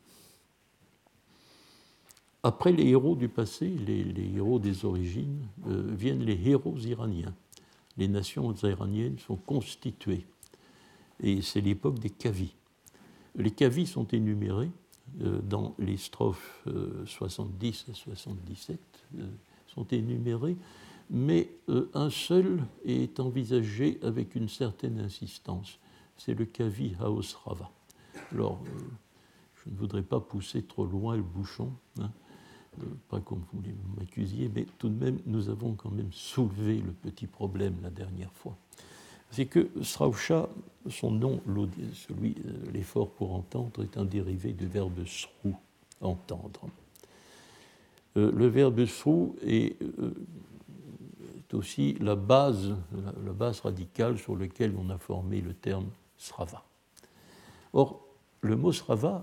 Speaker 2: Après les héros du passé, les, les héros des origines, euh, viennent les héros iraniens. Les nations iraniennes sont constituées. Et c'est l'époque des kavis. Les kavis sont énumérés euh, dans les strophes euh, soixante-dix à soixante-dix-sept, euh, sont énumérés, mais euh, un seul est envisagé avec une certaine insistance. C'est le kavi Haosrava. Alors, euh, je ne voudrais pas pousser trop loin le bouchon, hein, euh, pas comme vous m'accusiez, mais tout de même, nous avons quand même soulevé le petit problème la dernière fois. C'est que Srausha, son nom, celui, l'effort pour entendre, est un dérivé du verbe srou, entendre. Euh, le verbe srou est, euh, est aussi la base, la, la base radicale sur laquelle on a formé le terme srava. Or, le mot srava,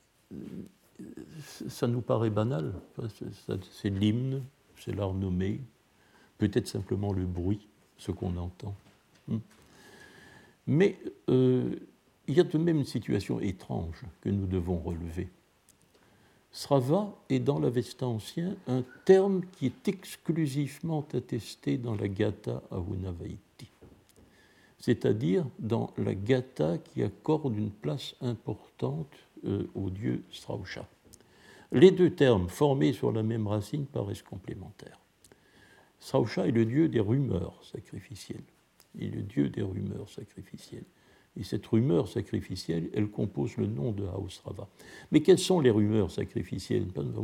Speaker 2: ça nous paraît banal, c'est l'hymne, c'est l'art nommé, peut-être simplement le bruit, ce qu'on entend. Mais euh, il y a tout de même une situation étrange que nous devons relever. Srava est dans l'Avesta ancien un terme qui est exclusivement attesté dans la Gatha Ahunavaiti, c'est-à-dire dans la Gatha qui accorde une place importante euh, au dieu Srausha. Les deux termes formés sur la même racine paraissent complémentaires. Srausha est le dieu des rumeurs sacrificielles. Il est le dieu des rumeurs sacrificielles. Et cette rumeur sacrificielle, elle compose le nom de Haosrava. Mais quelles sont les rumeurs sacrificielles ?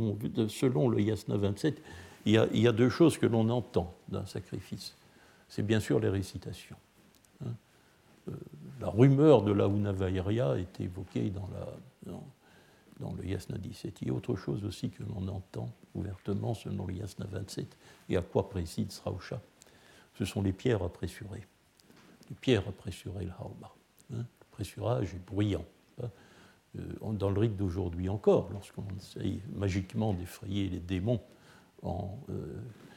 Speaker 2: Selon le Yasna vingt-sept, il y a, il y a deux choses que l'on entend d'un sacrifice. C'est bien sûr les récitations. Hein, euh, la rumeur de la Unavairya est évoquée dans, la, dans, dans le Yasna dix-sept. Il y a autre chose aussi que l'on entend ouvertement selon le Yasna vingt-sept, et à quoi préside Srausha. Ce sont les pierres à pressurer. Les pierres à pressurer le hauma. Hein, le pressurage est bruyant. Hein. Euh, dans le rite d'aujourd'hui encore, lorsqu'on essaye magiquement d'effrayer les démons en euh,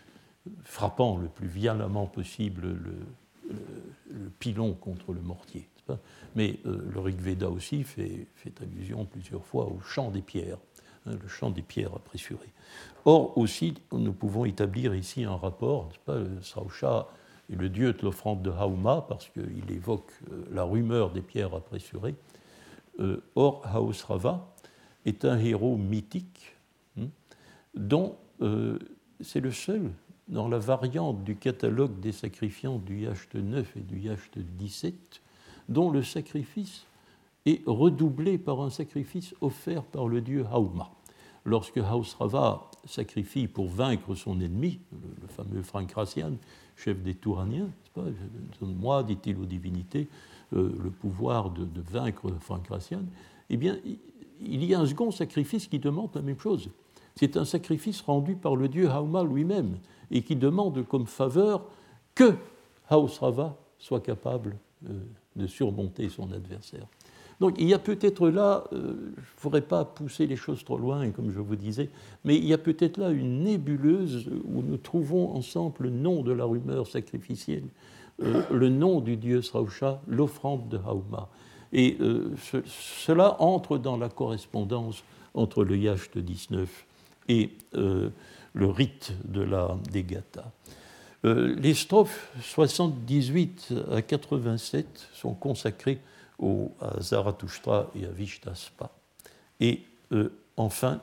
Speaker 2: frappant le plus violemment possible le, le, le pilon contre le mortier. Pas Mais euh, le Rig Veda aussi fait, fait allusion plusieurs fois au chant des pierres, hein, le chant des pierres à pressurer. Or aussi, nous pouvons établir ici un rapport, pas, le Srausha est le dieu de l'offrande de Hauma, parce qu'il évoque euh, la rumeur des pierres à pressurer. Euh, or, Haosrava est un héros mythique, hein, dont euh, c'est le seul, dans la variante du catalogue des sacrifiants du Yacht neuf et du Yacht dix-sept, dont le sacrifice est redoublé par un sacrifice offert par le dieu Hauma. Lorsque Haosrava sacrifie pour vaincre son ennemi, le, le fameux Frankrasian, chef des Touraniens, donne-moi, dit-il aux divinités, euh, le pouvoir de, de vaincre Frankrasian, eh bien, il y a un second sacrifice qui demande la même chose. C'est un sacrifice rendu par le dieu Hauma lui-même et qui demande comme faveur que Haosrava soit capable euh, de surmonter son adversaire. Donc il y a peut-être là, euh, je ne voudrais pas pousser les choses trop loin, comme je vous disais, mais il y a peut-être là une nébuleuse où nous trouvons ensemble le nom de la rumeur sacrificielle, euh, le nom du dieu Srausha, l'offrande de Hauma. Et euh, ce, cela entre dans la correspondance entre le Yacht dix-neuf et euh, le rite de la des Gatha. Euh, les strophes soixante-dix-huit à quatre-vingt-sept sont consacrées au, à Zarathustra et à Vishtaspa. Et euh, enfin,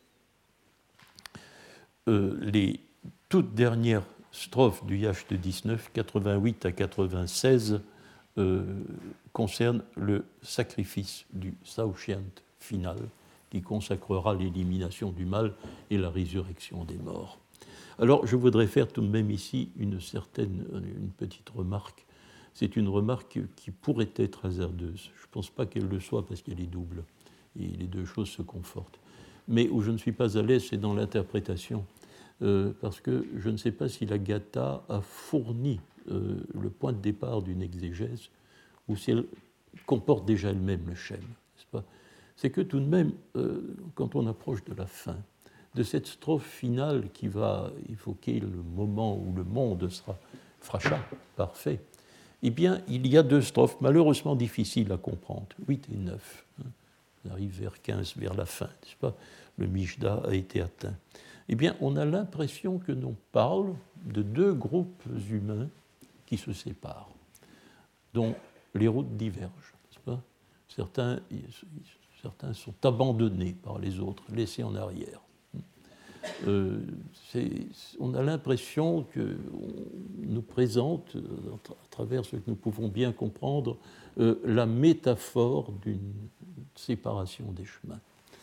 Speaker 2: euh, les toutes dernières strophes du Yacht dix-neuf, quatre-vingt-huit à quatre-vingt-seize, euh, concernent le sacrifice du Saoshyant final, qui consacrera l'élimination du mal et la résurrection des morts. Alors, je voudrais faire tout de même ici une certaine, une petite remarque. C'est une remarque qui pourrait être hasardeuse. Je ne pense pas qu'elle le soit parce qu'elle est double. Et les deux choses se confortent. Mais où je ne suis pas à l'aise, c'est dans l'interprétation. Euh, parce que je ne sais pas si la Gatha a fourni euh, le point de départ d'une exégèse ou si elle comporte déjà elle-même le schème. N'est-ce pas ? C'est que tout de même, euh, quand on approche de la fin, de cette strophe finale qui va évoquer le moment où le monde sera fracas, parfait, eh bien, il y a deux strophes malheureusement difficiles à comprendre, huit et neuf. On arrive vers quinze, vers la fin, n'est-ce pas ? Le Mishda a été atteint. Eh bien, on a l'impression que l'on parle de deux groupes humains qui se séparent, dont les routes divergent, n'est-ce pas ? Certains, certains sont abandonnés par les autres, laissés en arrière. Euh, on a l'impression qu'on nous présente, à travers ce que nous pouvons bien comprendre, euh, la métaphore d'une séparation des chemins.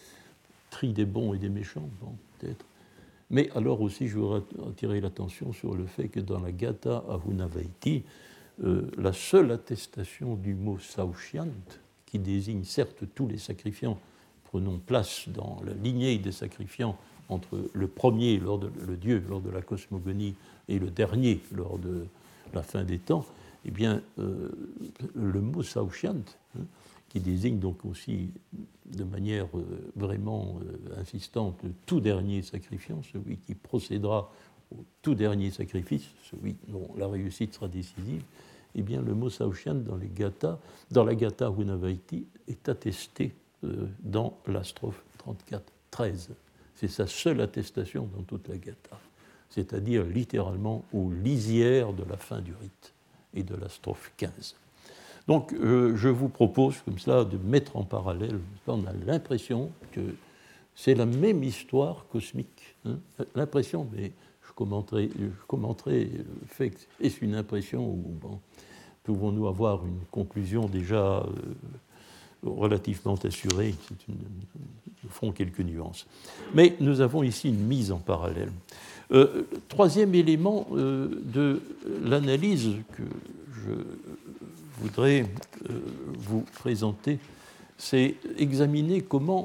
Speaker 2: Tri des bons et des méchants, bon, peut-être. Mais alors aussi, je voudrais attirer l'attention sur le fait que dans la Gatha Ahunavaiti, euh, la seule attestation du mot Saushyant, qui désigne certes tous les sacrifiants, prenons place dans la lignée des sacrifiants entre le premier, lors de, le Dieu, lors de la cosmogonie, et le dernier, lors de la fin des temps, eh bien, euh, le mot Saushyant, hein, qui désigne donc aussi de manière euh, vraiment euh, insistante le tout dernier sacrifiant, celui qui procédera au tout dernier sacrifice, celui dont la réussite sera décisive, eh bien, le mot Saushyant dans, les Gatha, dans la Gatha Ahunavaiti est attesté euh, dans la strophe trente-quatre treize. C'est sa seule attestation dans toute la Gatha, c'est-à-dire littéralement aux lisières de la fin du rite et de la strophe quinze. Donc euh, je vous propose comme cela de mettre en parallèle, on a l'impression que c'est la même histoire cosmique, hein, l'impression, mais je commenterai, je commenterai le fait que est-ce une impression ou bon, pouvons-nous avoir une conclusion déjà euh, relativement assurée, c'est une, nous ferons quelques nuances. Mais nous avons ici une mise en parallèle. Euh, troisième élément euh, de l'analyse que je voudrais euh, vous présenter, c'est examiner comment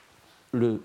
Speaker 2: le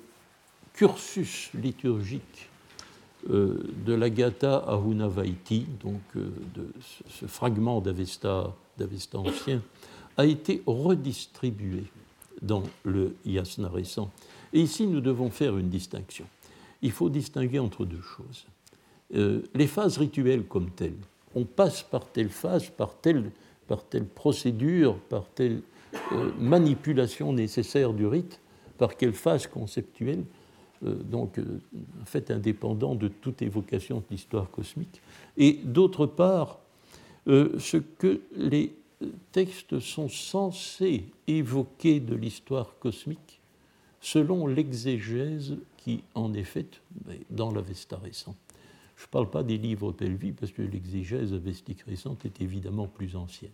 Speaker 2: cursus liturgique euh, de la Gatha Ahunavaiti, donc euh, de ce, ce fragment d'Avesta, d'Avesta ancien, a été redistribué dans le Yasna récent. Et ici, nous devons faire une distinction. Il faut distinguer entre deux choses. Euh, les phases rituelles comme telles, on passe par telle phase, par telle, par telle procédure, par telle euh, manipulation nécessaire du rite, par quelle phase conceptuelle, euh, donc euh, en fait indépendant de toute évocation de l'histoire cosmique. Et d'autre part, euh, ce que les textes sont censés évoquer de l'histoire cosmique selon l'exégèse qui en est faite dans l'Avesta récent. Je ne parle pas des livres Pelvi parce que l'exégèse avestique récente est évidemment plus ancienne.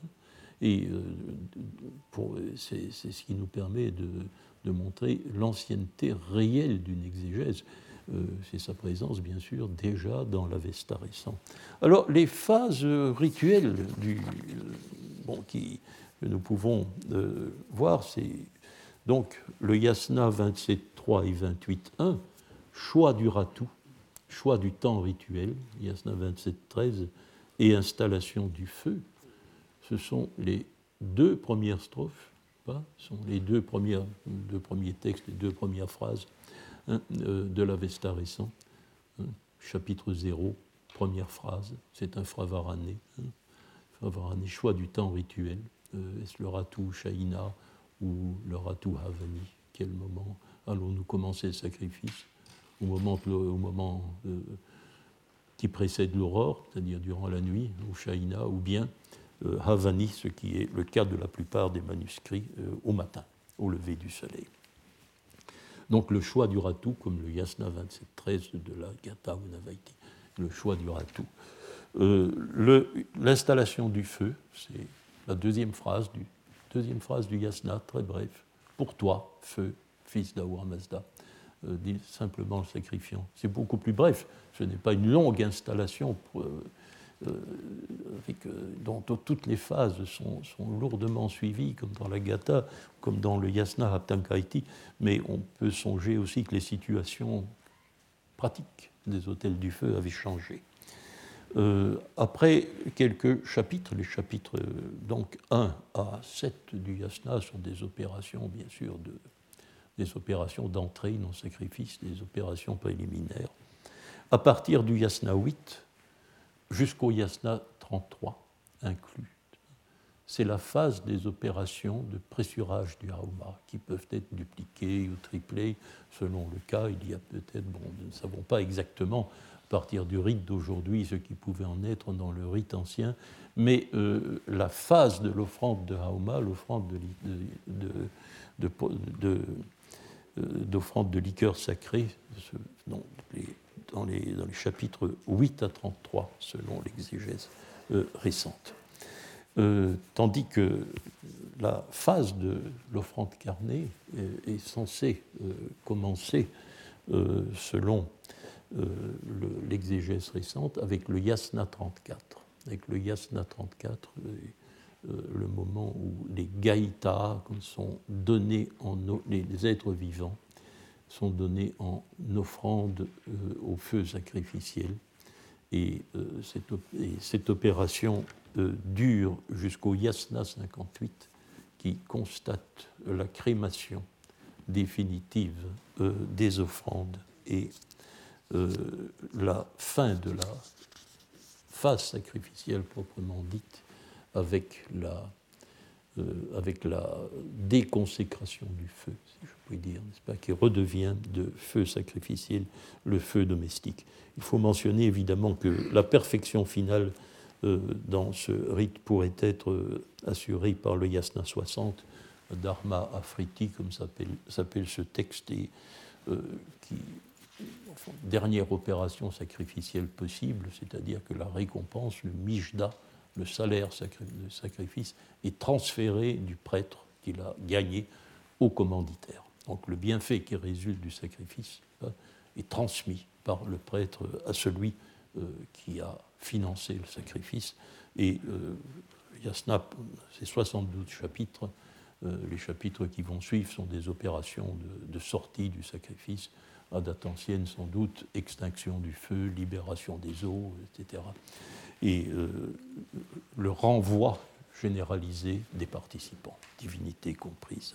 Speaker 2: Et euh, pour, c'est, c'est ce qui nous permet de, de montrer l'ancienneté réelle d'une exégèse. Euh, c'est sa présence, bien sûr, déjà dans l'Avesta récent. Alors, les phases rituelles du, bon, qui, que nous pouvons euh, voir, c'est donc le Yasna vingt-sept trois et vingt-huit un, choix du Ratu, choix du temps rituel, Yasna vingt-sept treize, et installation du feu. Ce sont les deux premières strophes, pas, ce sont les deux, premières, deux premiers textes, les deux premières phrases hein, de l'Avesta récent. Hein, chapitre zéro, première phrase, c'est un Fravarane. Hein, Fravarane, choix du temps rituel. Euh, est-ce le Ratu Shaina ou le Ratu Havani? Quel moment allons-nous commencer le sacrifice? Au moment, au moment euh, qui précède l'aurore, c'est-à-dire durant la nuit, au Shaina, ou bien euh, Havani, ce qui est le cas de la plupart des manuscrits, euh, au matin, au lever du soleil. Donc le choix du Ratu, comme le Yasna vingt-sept treize de la Gatha Ahunavaiti, le choix du Ratu. Euh, le, l'installation du feu, c'est la deuxième phrase du, deuxième phrase du Yasna, très bref. Pour toi, feu, fils d'Ahura Mazda. euh, dit simplement le sacrifiant. C'est beaucoup plus bref. Ce n'est pas une longue installation pour, euh, euh, avec, euh, dont toutes les phases sont, sont lourdement suivies, comme dans la Gatha, comme dans le Yasna Haptankaiti, mais on peut songer aussi que les situations pratiques des hôtels du feu avaient changé. Euh, après quelques chapitres, les chapitres euh, donc un à sept du Yasna sont des opérations, bien sûr, de, des opérations d'entrée non sacrifice, des opérations préliminaires. À partir du Yasna huit jusqu'au Yasna trente-trois inclus, c'est la phase des opérations de pressurage du Hauma qui peuvent être dupliquées ou triplées selon le cas. Il y a peut-être, bon, nous ne savons pas exactement à partir du rite d'aujourd'hui ce qui pouvait en être dans le rite ancien, mais euh, la phase de l'offrande de Hauma, l'offrande de, de, de, de, de, d'offrande de liqueur sacrée, dans les, dans, les, dans les chapitres huit à trente-trois, selon l'exégèse euh, récente. Euh, tandis que la phase de l'offrande carnée est, est censée euh, commencer, euh, selon euh, le, l'exégèse récente, avec le Yasna trente-quatre. Avec le Yasna trente-quatre, euh, euh, le moment où les gaïtas sont donnés en les, les êtres vivants sont donnés en offrande euh, au feu sacrificiel. Et, euh, cette, et cette opération euh, dure jusqu'au Yasna cinquante-huit, qui constate la crémation définitive euh, des offrandes et euh, la fin de la phase sacrificielle proprement dite, avec la, euh, avec la déconsécration du feu, si je puis dire, n'est-ce pas, qui redevient de feu sacrificiel le feu domestique. Il faut mentionner évidemment que la perfection finale euh, dans ce rite pourrait être euh, assurée par le Yasna soixante, Dharma Afriti, comme s'appelle, s'appelle ce texte, et euh, qui, enfin, dernière opération sacrificielle possible, c'est-à-dire que la récompense, le mijda, le salaire de sacrifice, est transféré du prêtre qui l'a gagné au commanditaire. Donc le bienfait qui résulte du sacrifice hein, est transmis par le prêtre à celui euh, qui a financé le sacrifice. Et euh, Yasna, c'est soixante-douze chapitres. Euh, les chapitres qui vont suivre sont des opérations de, de sortie du sacrifice, à date ancienne sans doute, extinction du feu, libération des eaux, et cetera. Et euh, le renvoi généralisé des participants, divinité comprise.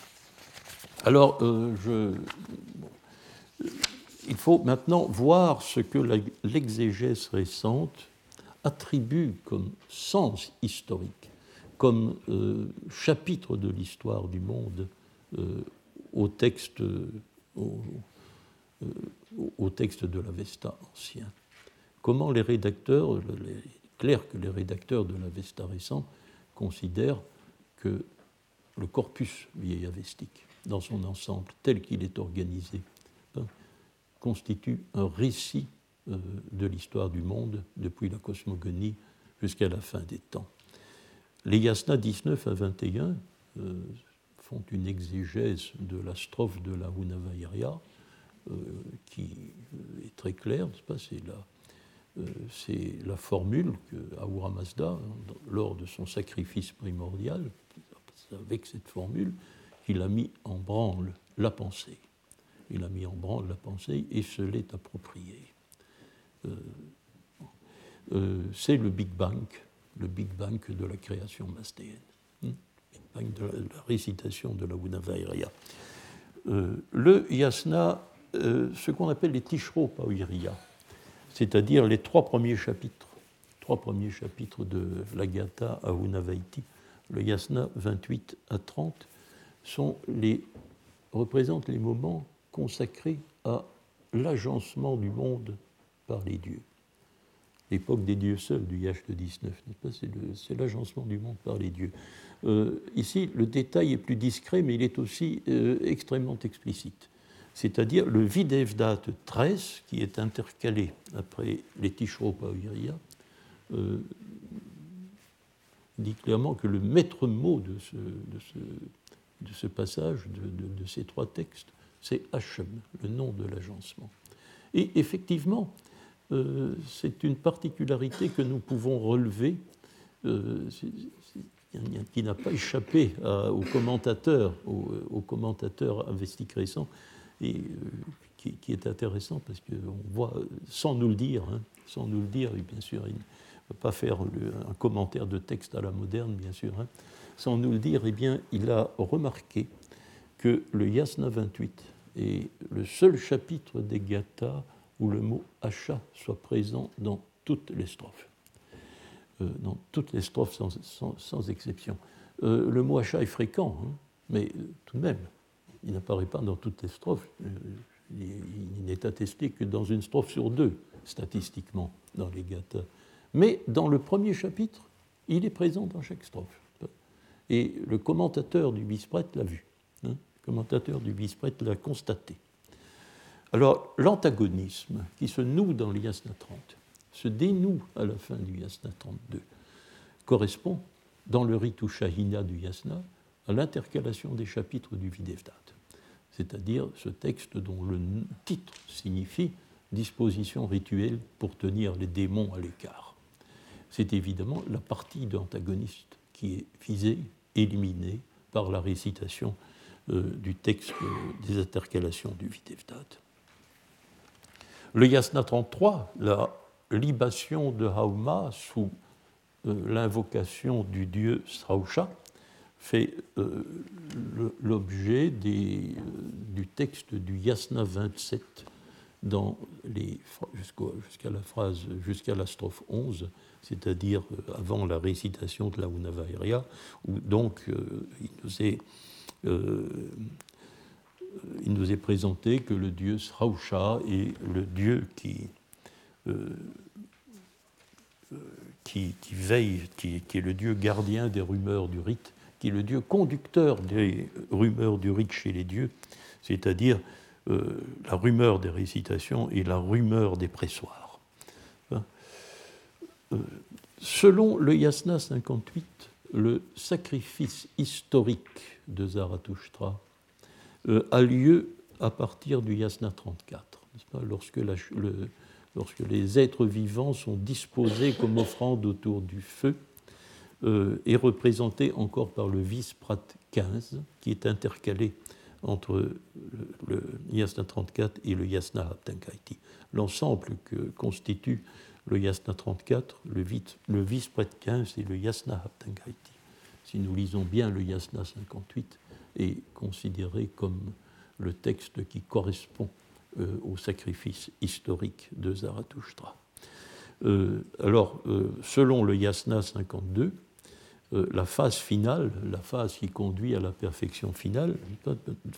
Speaker 2: Alors, euh, je, bon, euh, il faut maintenant voir ce que la, l'exégèse récente attribue comme sens historique, comme euh, chapitre de l'histoire du monde euh, au texte, au, euh, au texte de l'Avesta ancien. Comment les rédacteurs, il est clair que les rédacteurs de l'Avesta récent considèrent que le corpus vieillavestique, dans son ensemble, tel qu'il est organisé, hein, constitue un récit euh, de l'histoire du monde depuis la cosmogonie jusqu'à la fin des temps. Les Yasna dix-neuf à vingt et un euh, font une exégèse de la strophe de la Unavairya euh, qui est très claire, n'est-ce pas, c'est la Euh, c'est la formule que Ahura Mazda, lors de son sacrifice primordial, avec cette formule, il a mis en branle la pensée. Il a mis en branle la pensée et se l'est approprié. Euh, euh, c'est le Big Bang, le Big Bang de la création mastéenne, hein, Big Bang de la, de la récitation de la Unavairya. Euh, le Yasna, euh, ce qu'on appelle les Tishro Pauiriya, c'est-à-dire les trois premiers chapitres, trois premiers chapitres de la Gatha à Unavaiti, le Yasna vingt-huit à trente, sont les, représentent les moments consacrés à l'agencement du monde par les dieux. L'époque des dieux seuls du Yashta dix-neuf, n'est-ce pas, c'est, le, c'est l'agencement du monde par les dieux. Euh, ici, le détail est plus discret, mais il est aussi euh, extrêmement explicite. C'est-à-dire le Videvdat treize, qui est intercalé après les Tishro Pauiriya, euh, dit clairement que le maître mot de ce, de ce, de ce passage, de, de, de ces trois textes, c'est Hashem, le nom de l'agencement. Et effectivement, euh, c'est une particularité que nous pouvons relever, euh, c'est, c'est, qui n'a pas échappé à, aux commentateurs, aux, aux commentateurs investiques récents, et euh, qui, qui est intéressant parce qu'on voit, sans nous le dire, hein, sans nous le dire, et bien sûr, il ne peut pas faire le, un commentaire de texte à la moderne, bien sûr, hein, sans nous le dire, eh bien, il a remarqué que le Yasna vingt-huit est le seul chapitre des Gathas où le mot Hacha soit présent dans toutes les strophes. Euh, dans toutes les strophes sans, sans, sans exception. Euh, le mot Hacha est fréquent, hein, mais euh, tout de même, il n'apparaît pas dans toutes les strophes. Euh, il, il n'est attesté que dans une strophe sur deux, statistiquement, dans les Gathas. Mais dans le premier chapitre, il est présent dans chaque strophe. Et le commentateur du Bisprète l'a vu. Hein, le commentateur du Bisprète l'a constaté. Alors, l'antagonisme qui se noue dans le Yasna trente, se dénoue à la fin du Yasna trente-deux, correspond, dans le ritu Shahina du Yasna, à l'intercalation des chapitres du Videvdat, c'est-à-dire ce texte dont le titre signifie « disposition rituelle pour tenir les démons à l'écart ». C'est évidemment la partie de l'antagoniste qui est visée, éliminée par la récitation euh, du texte euh, des intercalations du Videvdat. Le Yasna trente-trois, la libation de Hauma sous euh, l'invocation du dieu Srausha, fait euh, le, l'objet des, euh, du texte du Yasna vingt-sept dans les, jusqu'à la phrase, jusqu'à la strophe onze, c'est-à-dire euh, avant la récitation de la Unavairya, où donc euh, il nous est euh, il nous est présenté que le dieu Srausha est le dieu qui, euh, qui, qui veille, qui, qui est le dieu gardien des rumeurs du rite, qui est le dieu conducteur des rumeurs du rite chez les dieux, c'est-à-dire euh, la rumeur des récitations et la rumeur des pressoirs. Hein euh, selon le Yasna cinquante-huit, le sacrifice historique de Zarathoustra euh, a lieu à partir du Yasna trente-quatre, n'est-ce pas, lorsque, la, le, lorsque les êtres vivants sont disposés comme offrande autour du feu euh, et représentés encore par le Visprat quinze, qui est intercalé entre le, le Yasna trente-quatre et le Yasna Haptankaiti. L'ensemble que constitue le Yasna trente-quatre, le, le Visprat quinze et le Yasna Haptankaiti. Si nous lisons bien le Yasna cinquante-huit, est considéré comme le texte qui correspond euh, au sacrifice historique de Zarathoustra. Euh, alors, euh, selon le Yasna cinquante-deux, euh, la phase finale, la phase qui conduit à la perfection finale, euh,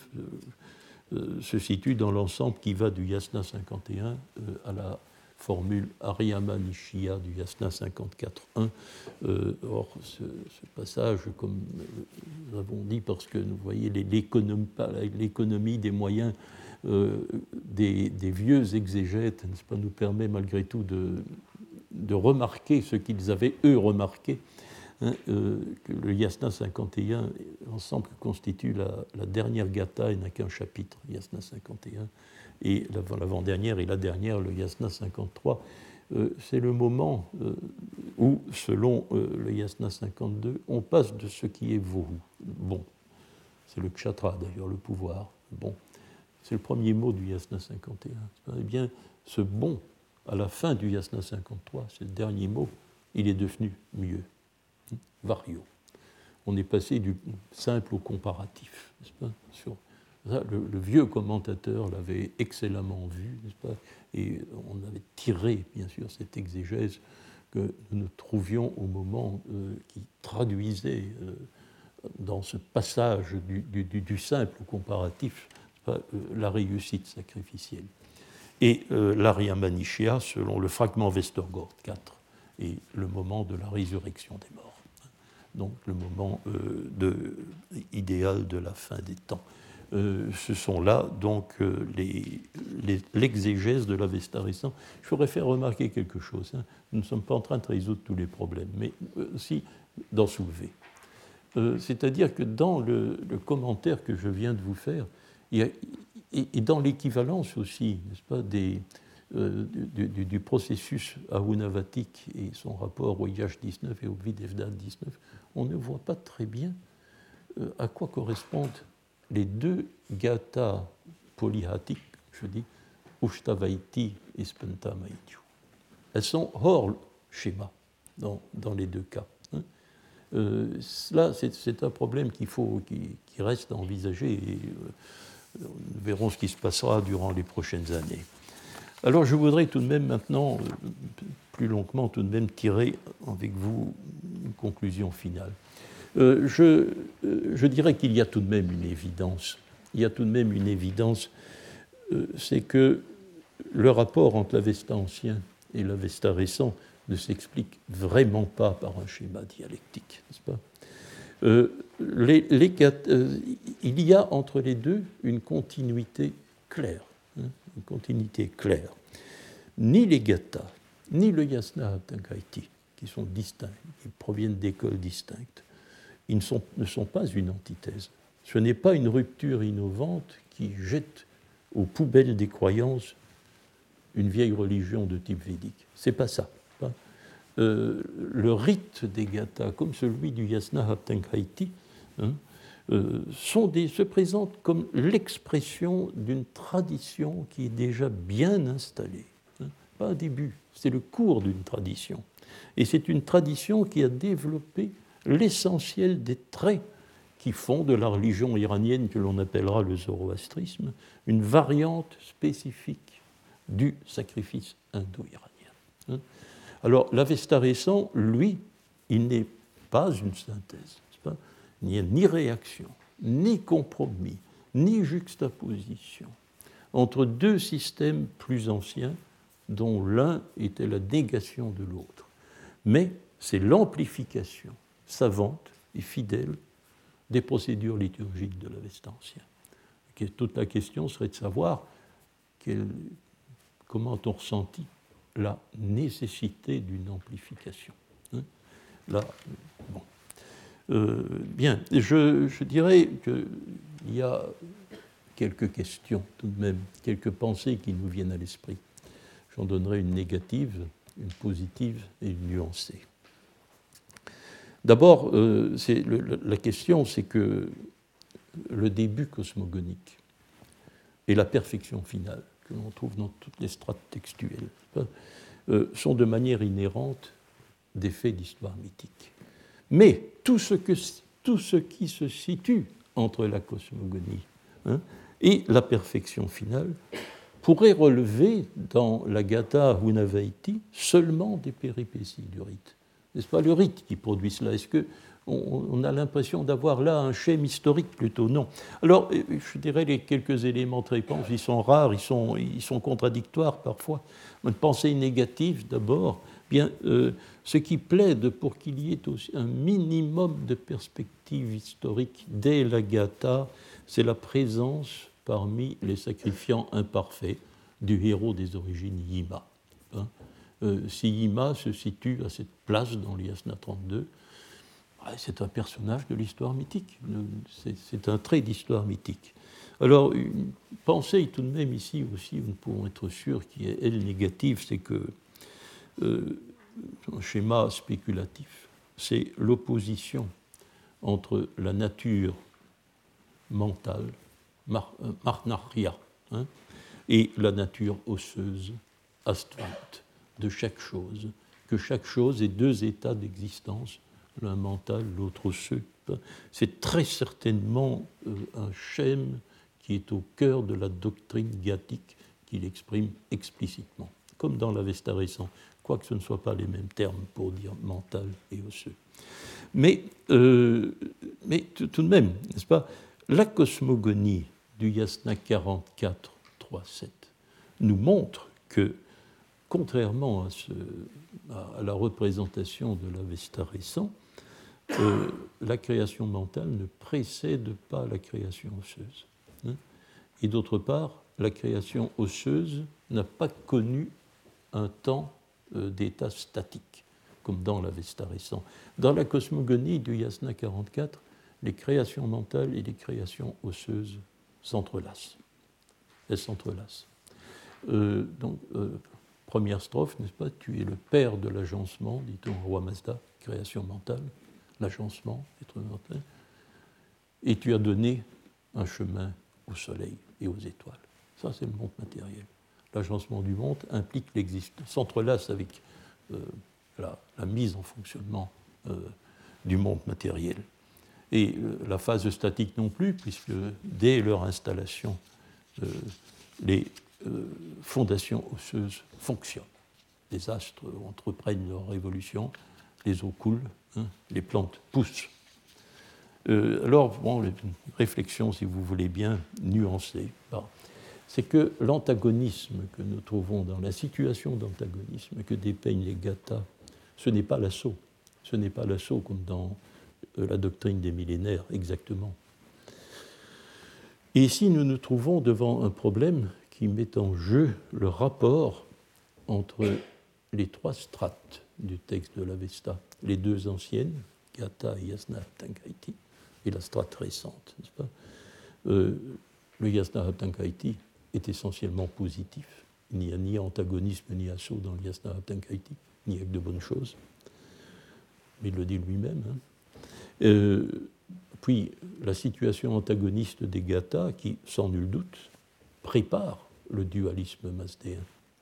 Speaker 2: euh, se situe dans l'ensemble qui va du Yasna cinquante et un euh, à la formule Ariyama Nishya du Yasna cinquante-quatre un. Euh, or, ce, ce passage, comme nous avons dit, parce que vous voyez l'économie, l'économie des moyens euh, des, des vieux exégètes, n'est-ce pas, nous permet malgré tout de, de remarquer ce qu'ils avaient, eux, remarqué, hein, euh, que le Yasna cinquante et un, ensemble, constitue la, la dernière gatha et n'a qu'un chapitre, Yasna cinquante et un, et l'avant-dernière et la dernière, le Yasna cinquante-trois, euh, c'est le moment euh, où, selon euh, le Yasna cinquante-deux, on passe de ce qui est vohu, bon, c'est le kshatra d'ailleurs, le pouvoir, bon, c'est le premier mot du Yasna cinquante et un. Eh bien, ce bon, à la fin du Yasna cinquante-trois, c'est le dernier mot, il est devenu mieux, vario. On est passé du simple au comparatif, n'est-ce pas, sur ça, le, le vieux commentateur l'avait excellemment vu, n'est-ce pas, et on avait tiré, bien sûr, cette exégèse que nous trouvions au moment euh, qui traduisait euh, dans ce passage du, du, du simple au comparatif, n'est-ce pas, euh, la réussite sacrificielle. Et euh, l'Ariyama Nishya, selon le fragment Vestergaard quatre, est le moment de la résurrection des morts. Donc le moment euh, de, idéal de la fin des temps. Euh, ce sont là donc euh, les, les, l'exégèse de l'Avesta récent. Je voudrais faire remarquer quelque chose. Hein. Nous ne sommes pas en train de résoudre tous les problèmes, mais aussi d'en soulever. Euh, c'est-à-dire que dans le, le commentaire que je viens de vous faire, il y a, et, et dans l'équivalence aussi, n'est-ce pas, des, euh, du, du, du processus arunavatique et son rapport au Yash dix-neuf et au Videvda dix-neuf, on ne voit pas très bien euh, à quoi correspondent les deux gathas polyhatiques, je dis, Ushtavaiti et Spentamaityu. Elles sont hors schéma dans, dans les deux cas. Hein. Euh, là, c'est, c'est un problème qu'il faut, qui, qui reste à envisager et euh, nous verrons ce qui se passera durant les prochaines années. Alors, je voudrais tout de même maintenant, euh, plus longuement, tout de même tirer avec vous une conclusion finale. Euh, je, euh, je dirais qu'il y a tout de même une évidence. Il y a tout de même une évidence, euh, c'est que le rapport entre l'Avesta ancien et l'Avesta récent ne s'explique vraiment pas par un schéma dialectique, n'est-ce pas ? euh, les, les, euh, Il y a entre les deux une continuité claire, hein, une continuité claire. Ni les gathas, ni le yasna haptangaiti, qui sont distincts, qui proviennent d'écoles distinctes, ils ne sont, ne sont pas une antithèse. Ce n'est pas une rupture innovante qui jette aux poubelles des croyances une vieille religion de type védique. C'est pas ça. Pas. Euh, le rite des gathas, comme celui du yasna haptangaiti, hein, euh, sont des, se présentent comme l'expression d'une tradition qui est déjà bien installée. Hein, pas un début, c'est le cours d'une tradition. Et c'est une tradition qui a développé l'essentiel des traits qui font de la religion iranienne, que l'on appellera le zoroastrisme, une variante spécifique du sacrifice indo-iranien. Alors, l'Avesta récent, lui, il n'est pas une synthèse. Pas, il n'y a ni réaction, ni compromis, ni juxtaposition entre deux systèmes plus anciens dont l'un était la négation de l'autre. Mais c'est l'amplification savante et fidèle des procédures liturgiques de l'Avesta ancien. Toute la question serait de savoir quel, comment on ressentit la nécessité d'une amplification. Hein. Là, bon. Euh, bien, je, je dirais qu'il y a quelques questions tout de même, quelques pensées qui nous viennent à l'esprit. J'en donnerai une négative, une positive et une nuancée. D'abord, euh, c'est le, la question, c'est que le début cosmogonique et la perfection finale, que l'on trouve dans toutes les strates textuelles, euh, sont de manière inhérente des faits d'histoire mythique. Mais tout ce, que, tout ce qui se situe entre la cosmogonie hein, et la perfection finale pourrait relever dans la Gatha Hunavaiti seulement des péripéties du rite. N'est-ce pas le rite qui produit cela? Est-ce qu'on on a l'impression d'avoir là un schème historique plutôt? Non. Alors, je dirais les quelques éléments de réponse, ils sont rares, ils sont, ils sont contradictoires parfois. Une pensée négative d'abord, bien, euh, ce qui plaide pour qu'il y ait aussi un minimum de perspective historique dès la Gatha, c'est la présence parmi les sacrifiants imparfaits du héros des origines Yima. Hein. Euh, si Yima se situe à cette place dans l'Yasna trente-deux, c'est un personnage de l'histoire mythique, c'est, c'est un trait d'histoire mythique. Alors, une pensée tout de même ici aussi, nous pouvons être sûrs, qui est, elle, négative, c'est que euh, un schéma spéculatif, c'est l'opposition entre la nature mentale, mar, euh, marnarya, hein, et la nature osseuse, astvalte, de chaque chose, que chaque chose ait deux états d'existence, l'un mental, l'autre osseux. C'est très certainement euh, un schème qui est au cœur de la doctrine gathique qu'il exprime explicitement, comme dans l'Avesta récent, quoique ce ne soient pas les mêmes termes pour dire mental et osseux. Mais, euh, mais tout, tout de même, n'est-ce pas, la cosmogonie du Yasna quarante-quatre trois sept nous montre que, contrairement à, ce, à la représentation de l'Avesta récent, euh, la création mentale ne précède pas la création osseuse. Hein. Et d'autre part, la création osseuse n'a pas connu un temps euh, d'état statique, comme dans l'Avesta récent. Dans la cosmogonie du Yasna quarante-quatre, les créations mentales et les créations osseuses s'entrelacent. elles s'entrelacent. Euh, donc, euh, première strophe, n'est-ce pas? Tu es le père de l'agencement, dit-on au roi Mazda, création mentale, l'agencement, être mental, et tu as donné un chemin au soleil et aux étoiles. Ça, c'est le monde matériel. L'agencement du monde implique l'existence, s'entrelace avec euh, la, la mise en fonctionnement euh, du monde matériel. Et euh, la phase statique non plus, puisque dès leur installation, euh, les euh, fondations osseuses fonctionnent. Les astres entreprennent leur révolution, les eaux coulent, hein, les plantes poussent. Euh, alors, bon, une réflexion, si vous voulez bien, nuancée. Bon. C'est que l'antagonisme que nous trouvons dans la situation d'antagonisme que dépeignent les Gathas, ce n'est pas l'assaut. Ce n'est pas l'assaut comme dans euh, la doctrine des millénaires, exactement. Et ici, nous nous trouvons devant un problème qui met en jeu le rapport entre les trois strates du texte de l'Avesta, les deux anciennes, Gatha et Yasna-Haptankaiti, et la strate récente, n'est-ce pas? Euh, le Yasna-Haptankaiti est essentiellement positif. Il n'y a ni antagonisme ni assaut dans le Yasna-Haptankaiti, ni avec de bonnes choses. Mais il le dit lui-même. Hein. Euh, puis, la situation antagoniste des Gathas, qui, sans nul doute, prépare le dualisme mazdéen.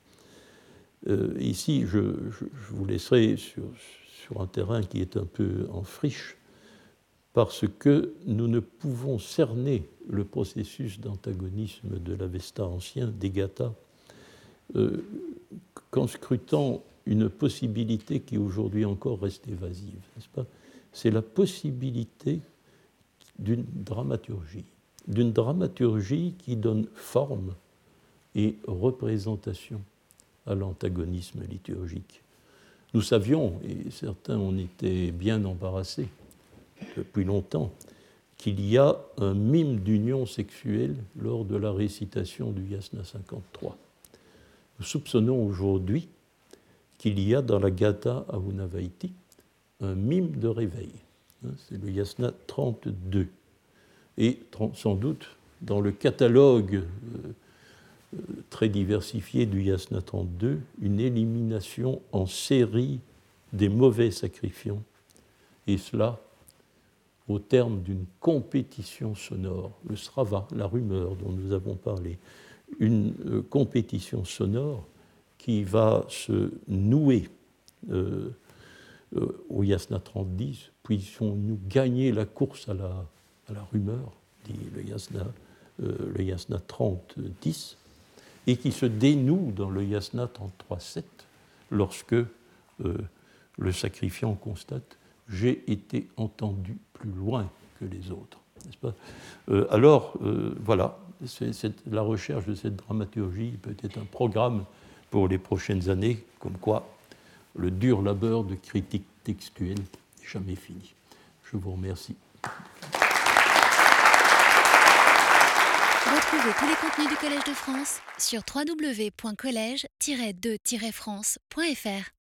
Speaker 2: Euh, ici, je, je, je vous laisserai sur, sur un terrain qui est un peu en friche, parce que nous ne pouvons cerner le processus d'antagonisme de l'Avesta ancien, des Gathas, euh, qu'en scrutant une possibilité qui aujourd'hui encore reste évasive, n'est-ce pas? C'est la possibilité d'une dramaturgie, d'une dramaturgie qui donne forme et représentation à l'antagonisme liturgique. Nous savions, et certains en étaient bien embarrassés depuis longtemps, qu'il y a un mime d'union sexuelle lors de la récitation du Yasna cinquante-trois. Nous soupçonnons aujourd'hui qu'il y a dans la Gatha Ahunavaiti un mime de réveil. C'est le Yasna trente-deux. Et sans doute, dans le catalogue euh, très diversifié du Yasna trente-deux, une élimination en série des mauvais sacrifiants. Et cela au terme d'une compétition sonore, le srava, la rumeur dont nous avons parlé, une euh, compétition sonore qui va se nouer euh, euh, au Yasna trente-dix, puissions-nous gagner la course à la, à la rumeur, dit le Yasna, euh, le Yasna trente-dix, et qui se dénoue dans le Yasna trente-trois sept, lorsque euh, le sacrifiant constate « j'ai été entendu plus loin que les autres ». N'est-ce pas ? euh, alors, euh, voilà, c'est, c'est la recherche de cette dramaturgie peut être un programme pour les prochaines années, comme quoi le dur labeur de critique textuelle n'est jamais fini. Je vous remercie.
Speaker 1: Retrouvez tous les contenus du Collège de France sur w w w point collège tiret de tiret france point f r.